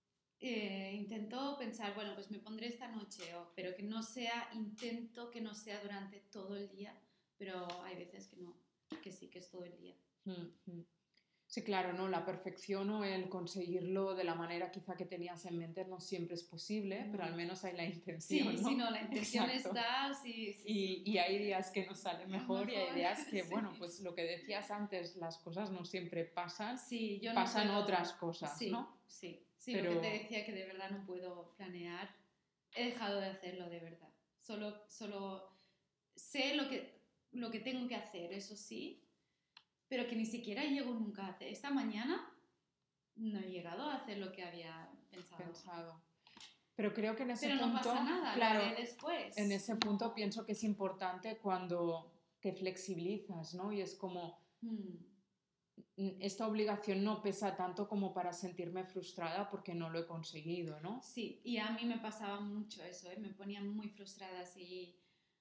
Eh, intento pensar, bueno, pues me pondré esta noche, o- pero que no sea, intento que no sea durante todo el día, pero hay veces que no, que sí, que es todo el día. Mm, mm. Sí, claro, ¿no? La perfección o el conseguirlo de la manera quizá que tenías en mente no siempre es posible, pero al No. menos hay la Sí, intención, sí, ¿no? no, la intención Exacto. está, sí, sí, sí. Y, y hay días que nos sale mejor y hay Mejor, días que, bueno, sí. pues lo que decías antes, las cosas no siempre pasan Sí, y yo no pasan otras puedo, cosas, sí, ¿no? sí, sí, lo que te Pero, decía que de verdad no puedo planear, he dejado de hacerlo de verdad. Solo, solo sé lo que, lo que tengo que hacer, eso sí, pero que ni siquiera llego nunca a hacer. Esta mañana no he llegado a hacer lo que había pensado. pensado. Pero creo que en ese Pero no pasa punto, nada, lo haré claro, en después. ese punto No. pienso que es importante cuando te flexibilizas, ¿no? Y es como, Hmm. "Mm, esta obligación no pesa tanto como para sentirme frustrada porque no lo he conseguido, ¿no? Sí, y a mí me pasaba mucho eso, ¿eh? Me ponía muy frustrada si,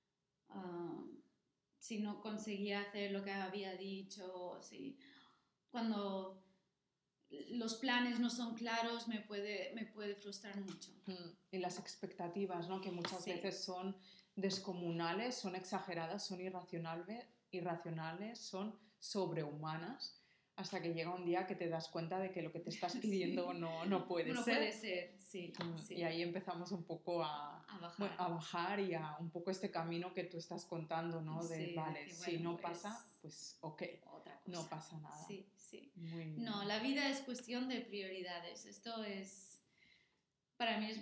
ah, si no conseguía hacer lo que había dicho, si cuando los planes no son claros me puede, me puede frustrar mucho. Mm, Y las expectativas, ¿no? Que muchas Sí, veces son descomunales, son exageradas, son irracionales, irracionales, son sobrehumanas, hasta que llega un día que te das cuenta de que lo que te estás pidiendo sí. no, no puede No ser. puede ser, sí, Mm, Y sí. ahí empezamos un poco a, A bueno, bajar. a bajar y a un poco este camino que tú estás contando, ¿no? De, Sí, vale, decir, si bueno, no pasa, pues pues ok, otra no cosa. pasa nada. Sí, sí. Muy No, bien. la vida es cuestión de prioridades. Esto es, para mí es,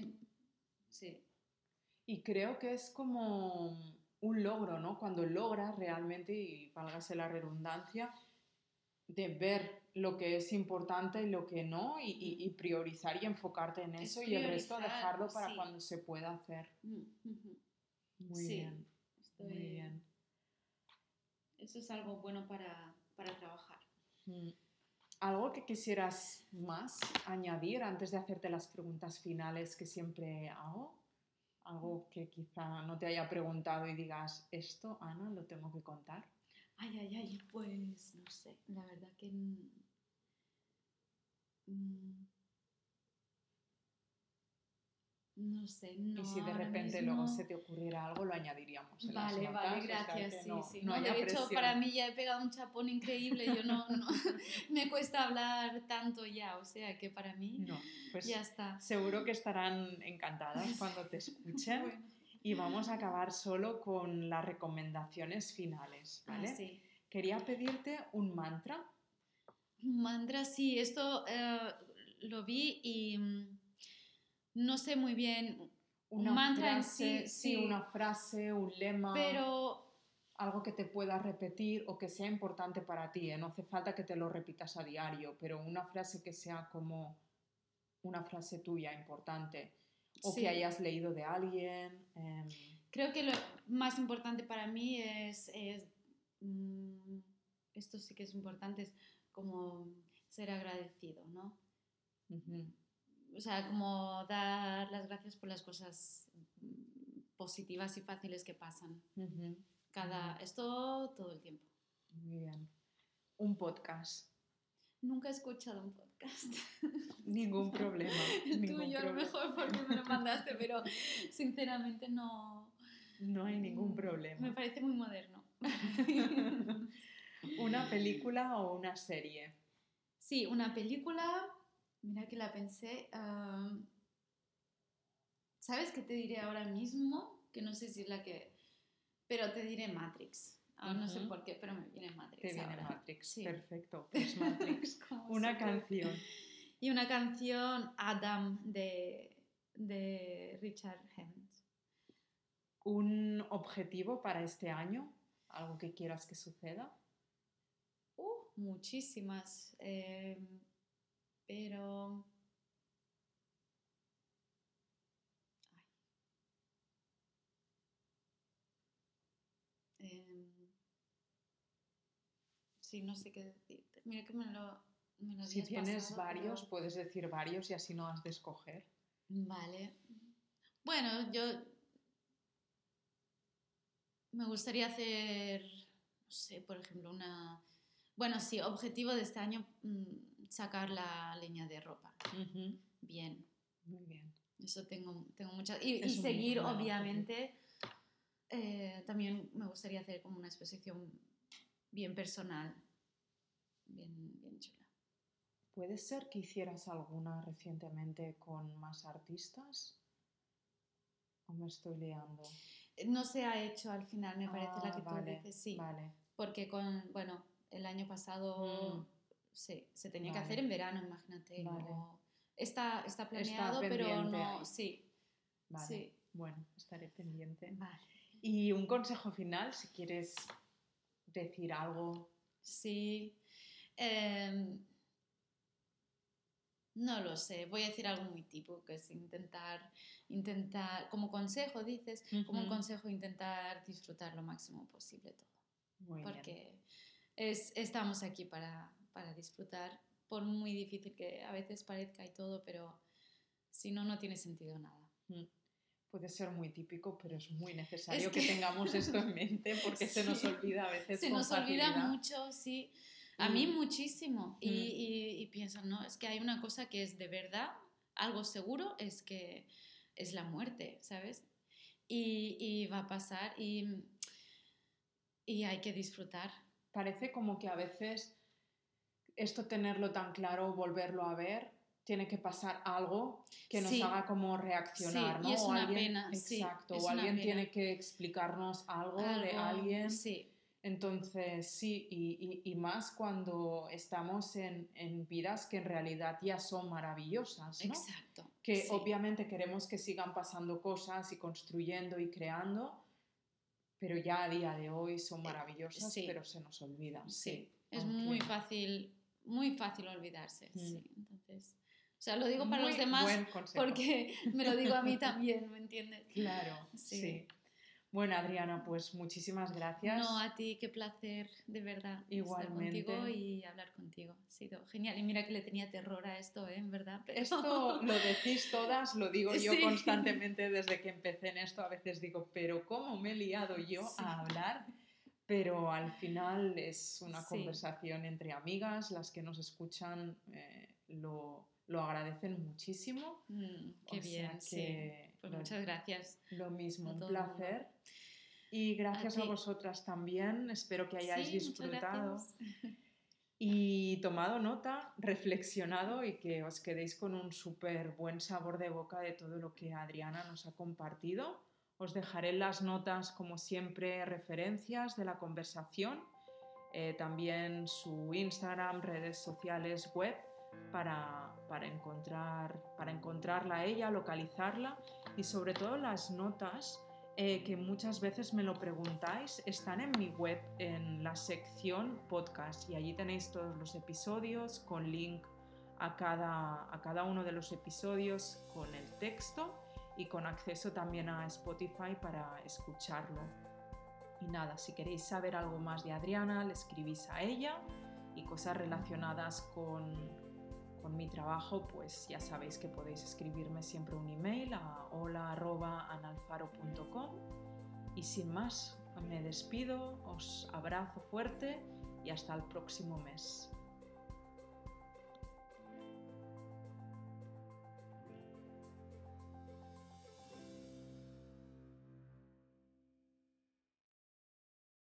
sí, Y creo que es como un logro, ¿no? Cuando logras realmente, y válgase la redundancia, de ver lo que es importante y lo que no, y, y- mm, y priorizar y enfocarte en es eso y el resto priorizar, dejarlo para sí. cuando se pueda hacer. Mm, ujú. Muy Sí, bien, muy estoy, bien. eso es algo bueno para, para trabajar. Mm. ¿Algo que quisieras más añadir antes de hacerte las preguntas finales que siempre hago? Algo que quizá no te haya preguntado y digas, esto, Ana, lo tengo que contar. Ay, ay, ay, pues no sé, la verdad que... Mm, no sé, no Y si de ahora repente mismo... luego se te ocurriera algo, lo añadiríamos en Vale, las vale, notas. gracias, O sea que sí, no, sí. no No, haya de hecho, presión. para mí ya he pegado un chapón increíble, yo no, no me cuesta hablar tanto ya, o sea que para mí No, pues ya está. seguro que estarán encantadas cuando te escuchen. Bueno. Y vamos a acabar solo con las recomendaciones finales, ¿vale? Ah, sí. Quería pedirte un mantra. Mantra, sí, esto eh, lo vi y mm, no sé muy bien. Una un mantra frase, en sí, sí, una frase, un lema. Pero algo que te puedas repetir o que sea importante para ti, ¿eh? No hace falta que te lo repitas a diario, pero una frase que sea como una frase tuya importante o sí. que hayas leído de alguien. Eh... Creo que lo más importante para mí es, es mm, esto sí que es importante, es como ser agradecido, ¿no? Uh-huh. O sea, como dar las gracias por las cosas positivas y fáciles que pasan. Uh-huh. Cada, uh-huh. Esto todo el tiempo. Muy bien. Un podcast. Nunca he escuchado un podcast. Ningún problema. El ningún tuyo problema. a lo mejor porque me lo mandaste, pero sinceramente no... No hay ningún problema. Me parece muy moderno. ¿Una película o una serie? Sí, una película... Mira que la pensé... Um, ¿Sabes qué te diré ahora mismo? Que no sé si es la que... Pero te diré Matrix. Ah, no uh-huh. sé por qué, pero me viene Matrix. Te viene ahora. Matrix, sí. Perfecto. Pues Matrix. Una canción. Y una canción Adam de, de Richard Havens. ¿Un objetivo para este año? ¿Algo que quieras que suceda? Uh, muchísimas. Eh, pero... Ay. Eh, sí, no sé qué decirte. Mira que me lo, me lo Si tienes pasado, varios, pero... puedes decir varios y así no has de escoger. Vale. Bueno, yo... Me gustaría hacer, no sé, por ejemplo, una... Bueno, sí, objetivo de este año, mmm, sacar la línea de ropa. Uh-huh. Bien. Muy bien. Eso tengo, tengo muchas... Y, y seguir, obviamente, eh, también me gustaría hacer como una exposición bien personal, bien, bien chula. ¿Puede ser que hicieras alguna recientemente con más artistas? ¿O me estoy liando? No se ha hecho al final, me parece ah, la que vale, tú dices, sí. Vale. Porque con, bueno, el año pasado mm. sí, se tenía vale. que hacer en verano, imagínate. Vale. O, está, está planeado, está pero no, ahí. sí. Vale. Sí. Bueno, estaré pendiente. Vale. Y un consejo final, si quieres decir algo. Sí. Eh, no lo sé, voy a decir algo muy típico, que es intentar, intentar, como consejo dices, uh-huh. como un consejo intentar disfrutar lo máximo posible todo. Muy Porque bien. es, estamos aquí para, para disfrutar, por muy difícil que a veces parezca y todo, pero si no, no tiene sentido nada. Mm. Puede ser muy típico, pero es muy necesario es que... que tengamos esto en mente porque sí. se nos olvida a veces Se con nos facilidad. olvida mucho, sí. A y... mí muchísimo. Mm. Y, y, y pienso, no, es que hay una cosa que es de verdad, algo seguro, es que es la muerte, ¿sabes? Y, y va a pasar y, y hay que disfrutar. Parece como que a veces esto tenerlo tan claro, volverlo a ver, tiene que pasar algo que nos sí. haga como reaccionar, sí, ¿no? Y es o una alguien, pena, exacto, sí, o alguien pena. tiene que explicarnos algo, algo de alguien. Sí. Entonces, sí, y, y, y más cuando estamos en, en vidas que en realidad ya son maravillosas, ¿no? Exacto. Que sí. obviamente queremos que sigan pasando cosas y construyendo y creando, pero ya a día de hoy son maravillosas, sí. pero se nos olvidan. Sí, sí. es Aunque... muy fácil, muy fácil olvidarse, mm. sí, entonces... O sea, lo digo para muy los demás buen consejo. porque me lo digo a mí también, ¿me entiendes? Claro, sí. sí. Bueno, Adriana, pues muchísimas gracias. No, a ti, qué placer, de verdad, Igualmente. estar contigo y hablar contigo. Ha sido genial. Y mira que le tenía terror a esto, ¿eh? En verdad. Pero... Esto lo decís todas, lo digo yo sí. constantemente desde que empecé en esto. A veces digo, pero ¿cómo me he liado yo sí. a hablar? Pero al final es una sí. conversación entre amigas, las que nos escuchan eh, lo, lo agradecen muchísimo. Mm, qué o bien, sea que sí. Pues lo, muchas gracias. Lo mismo, a un todo placer. El mundo. Y gracias a, a a vosotras también. Espero que hayáis sí, disfrutado. Muchas gracias. Y tomado nota, reflexionado y que os quedéis con un súper buen sabor de boca de todo lo que Adriana nos ha compartido. Os dejaré en las notas, como siempre, referencias de la conversación, eh, también su Instagram, redes sociales, web, para, para, encontrar, para encontrarla a ella, localizarla y sobre todo las notas. Eh, que muchas veces me lo preguntáis, están en mi web en la sección podcast y allí tenéis todos los episodios con link a cada, a cada uno de los episodios con el texto y con acceso también a Spotify para escucharlo. Y nada, si queréis saber algo más de Adriana, le escribís a ella y cosas relacionadas con, con mi trabajo, pues ya sabéis que podéis escribirme siempre un email a hola arroba analfaro punto com. Y sin más, me despido, os abrazo fuerte y hasta el próximo mes.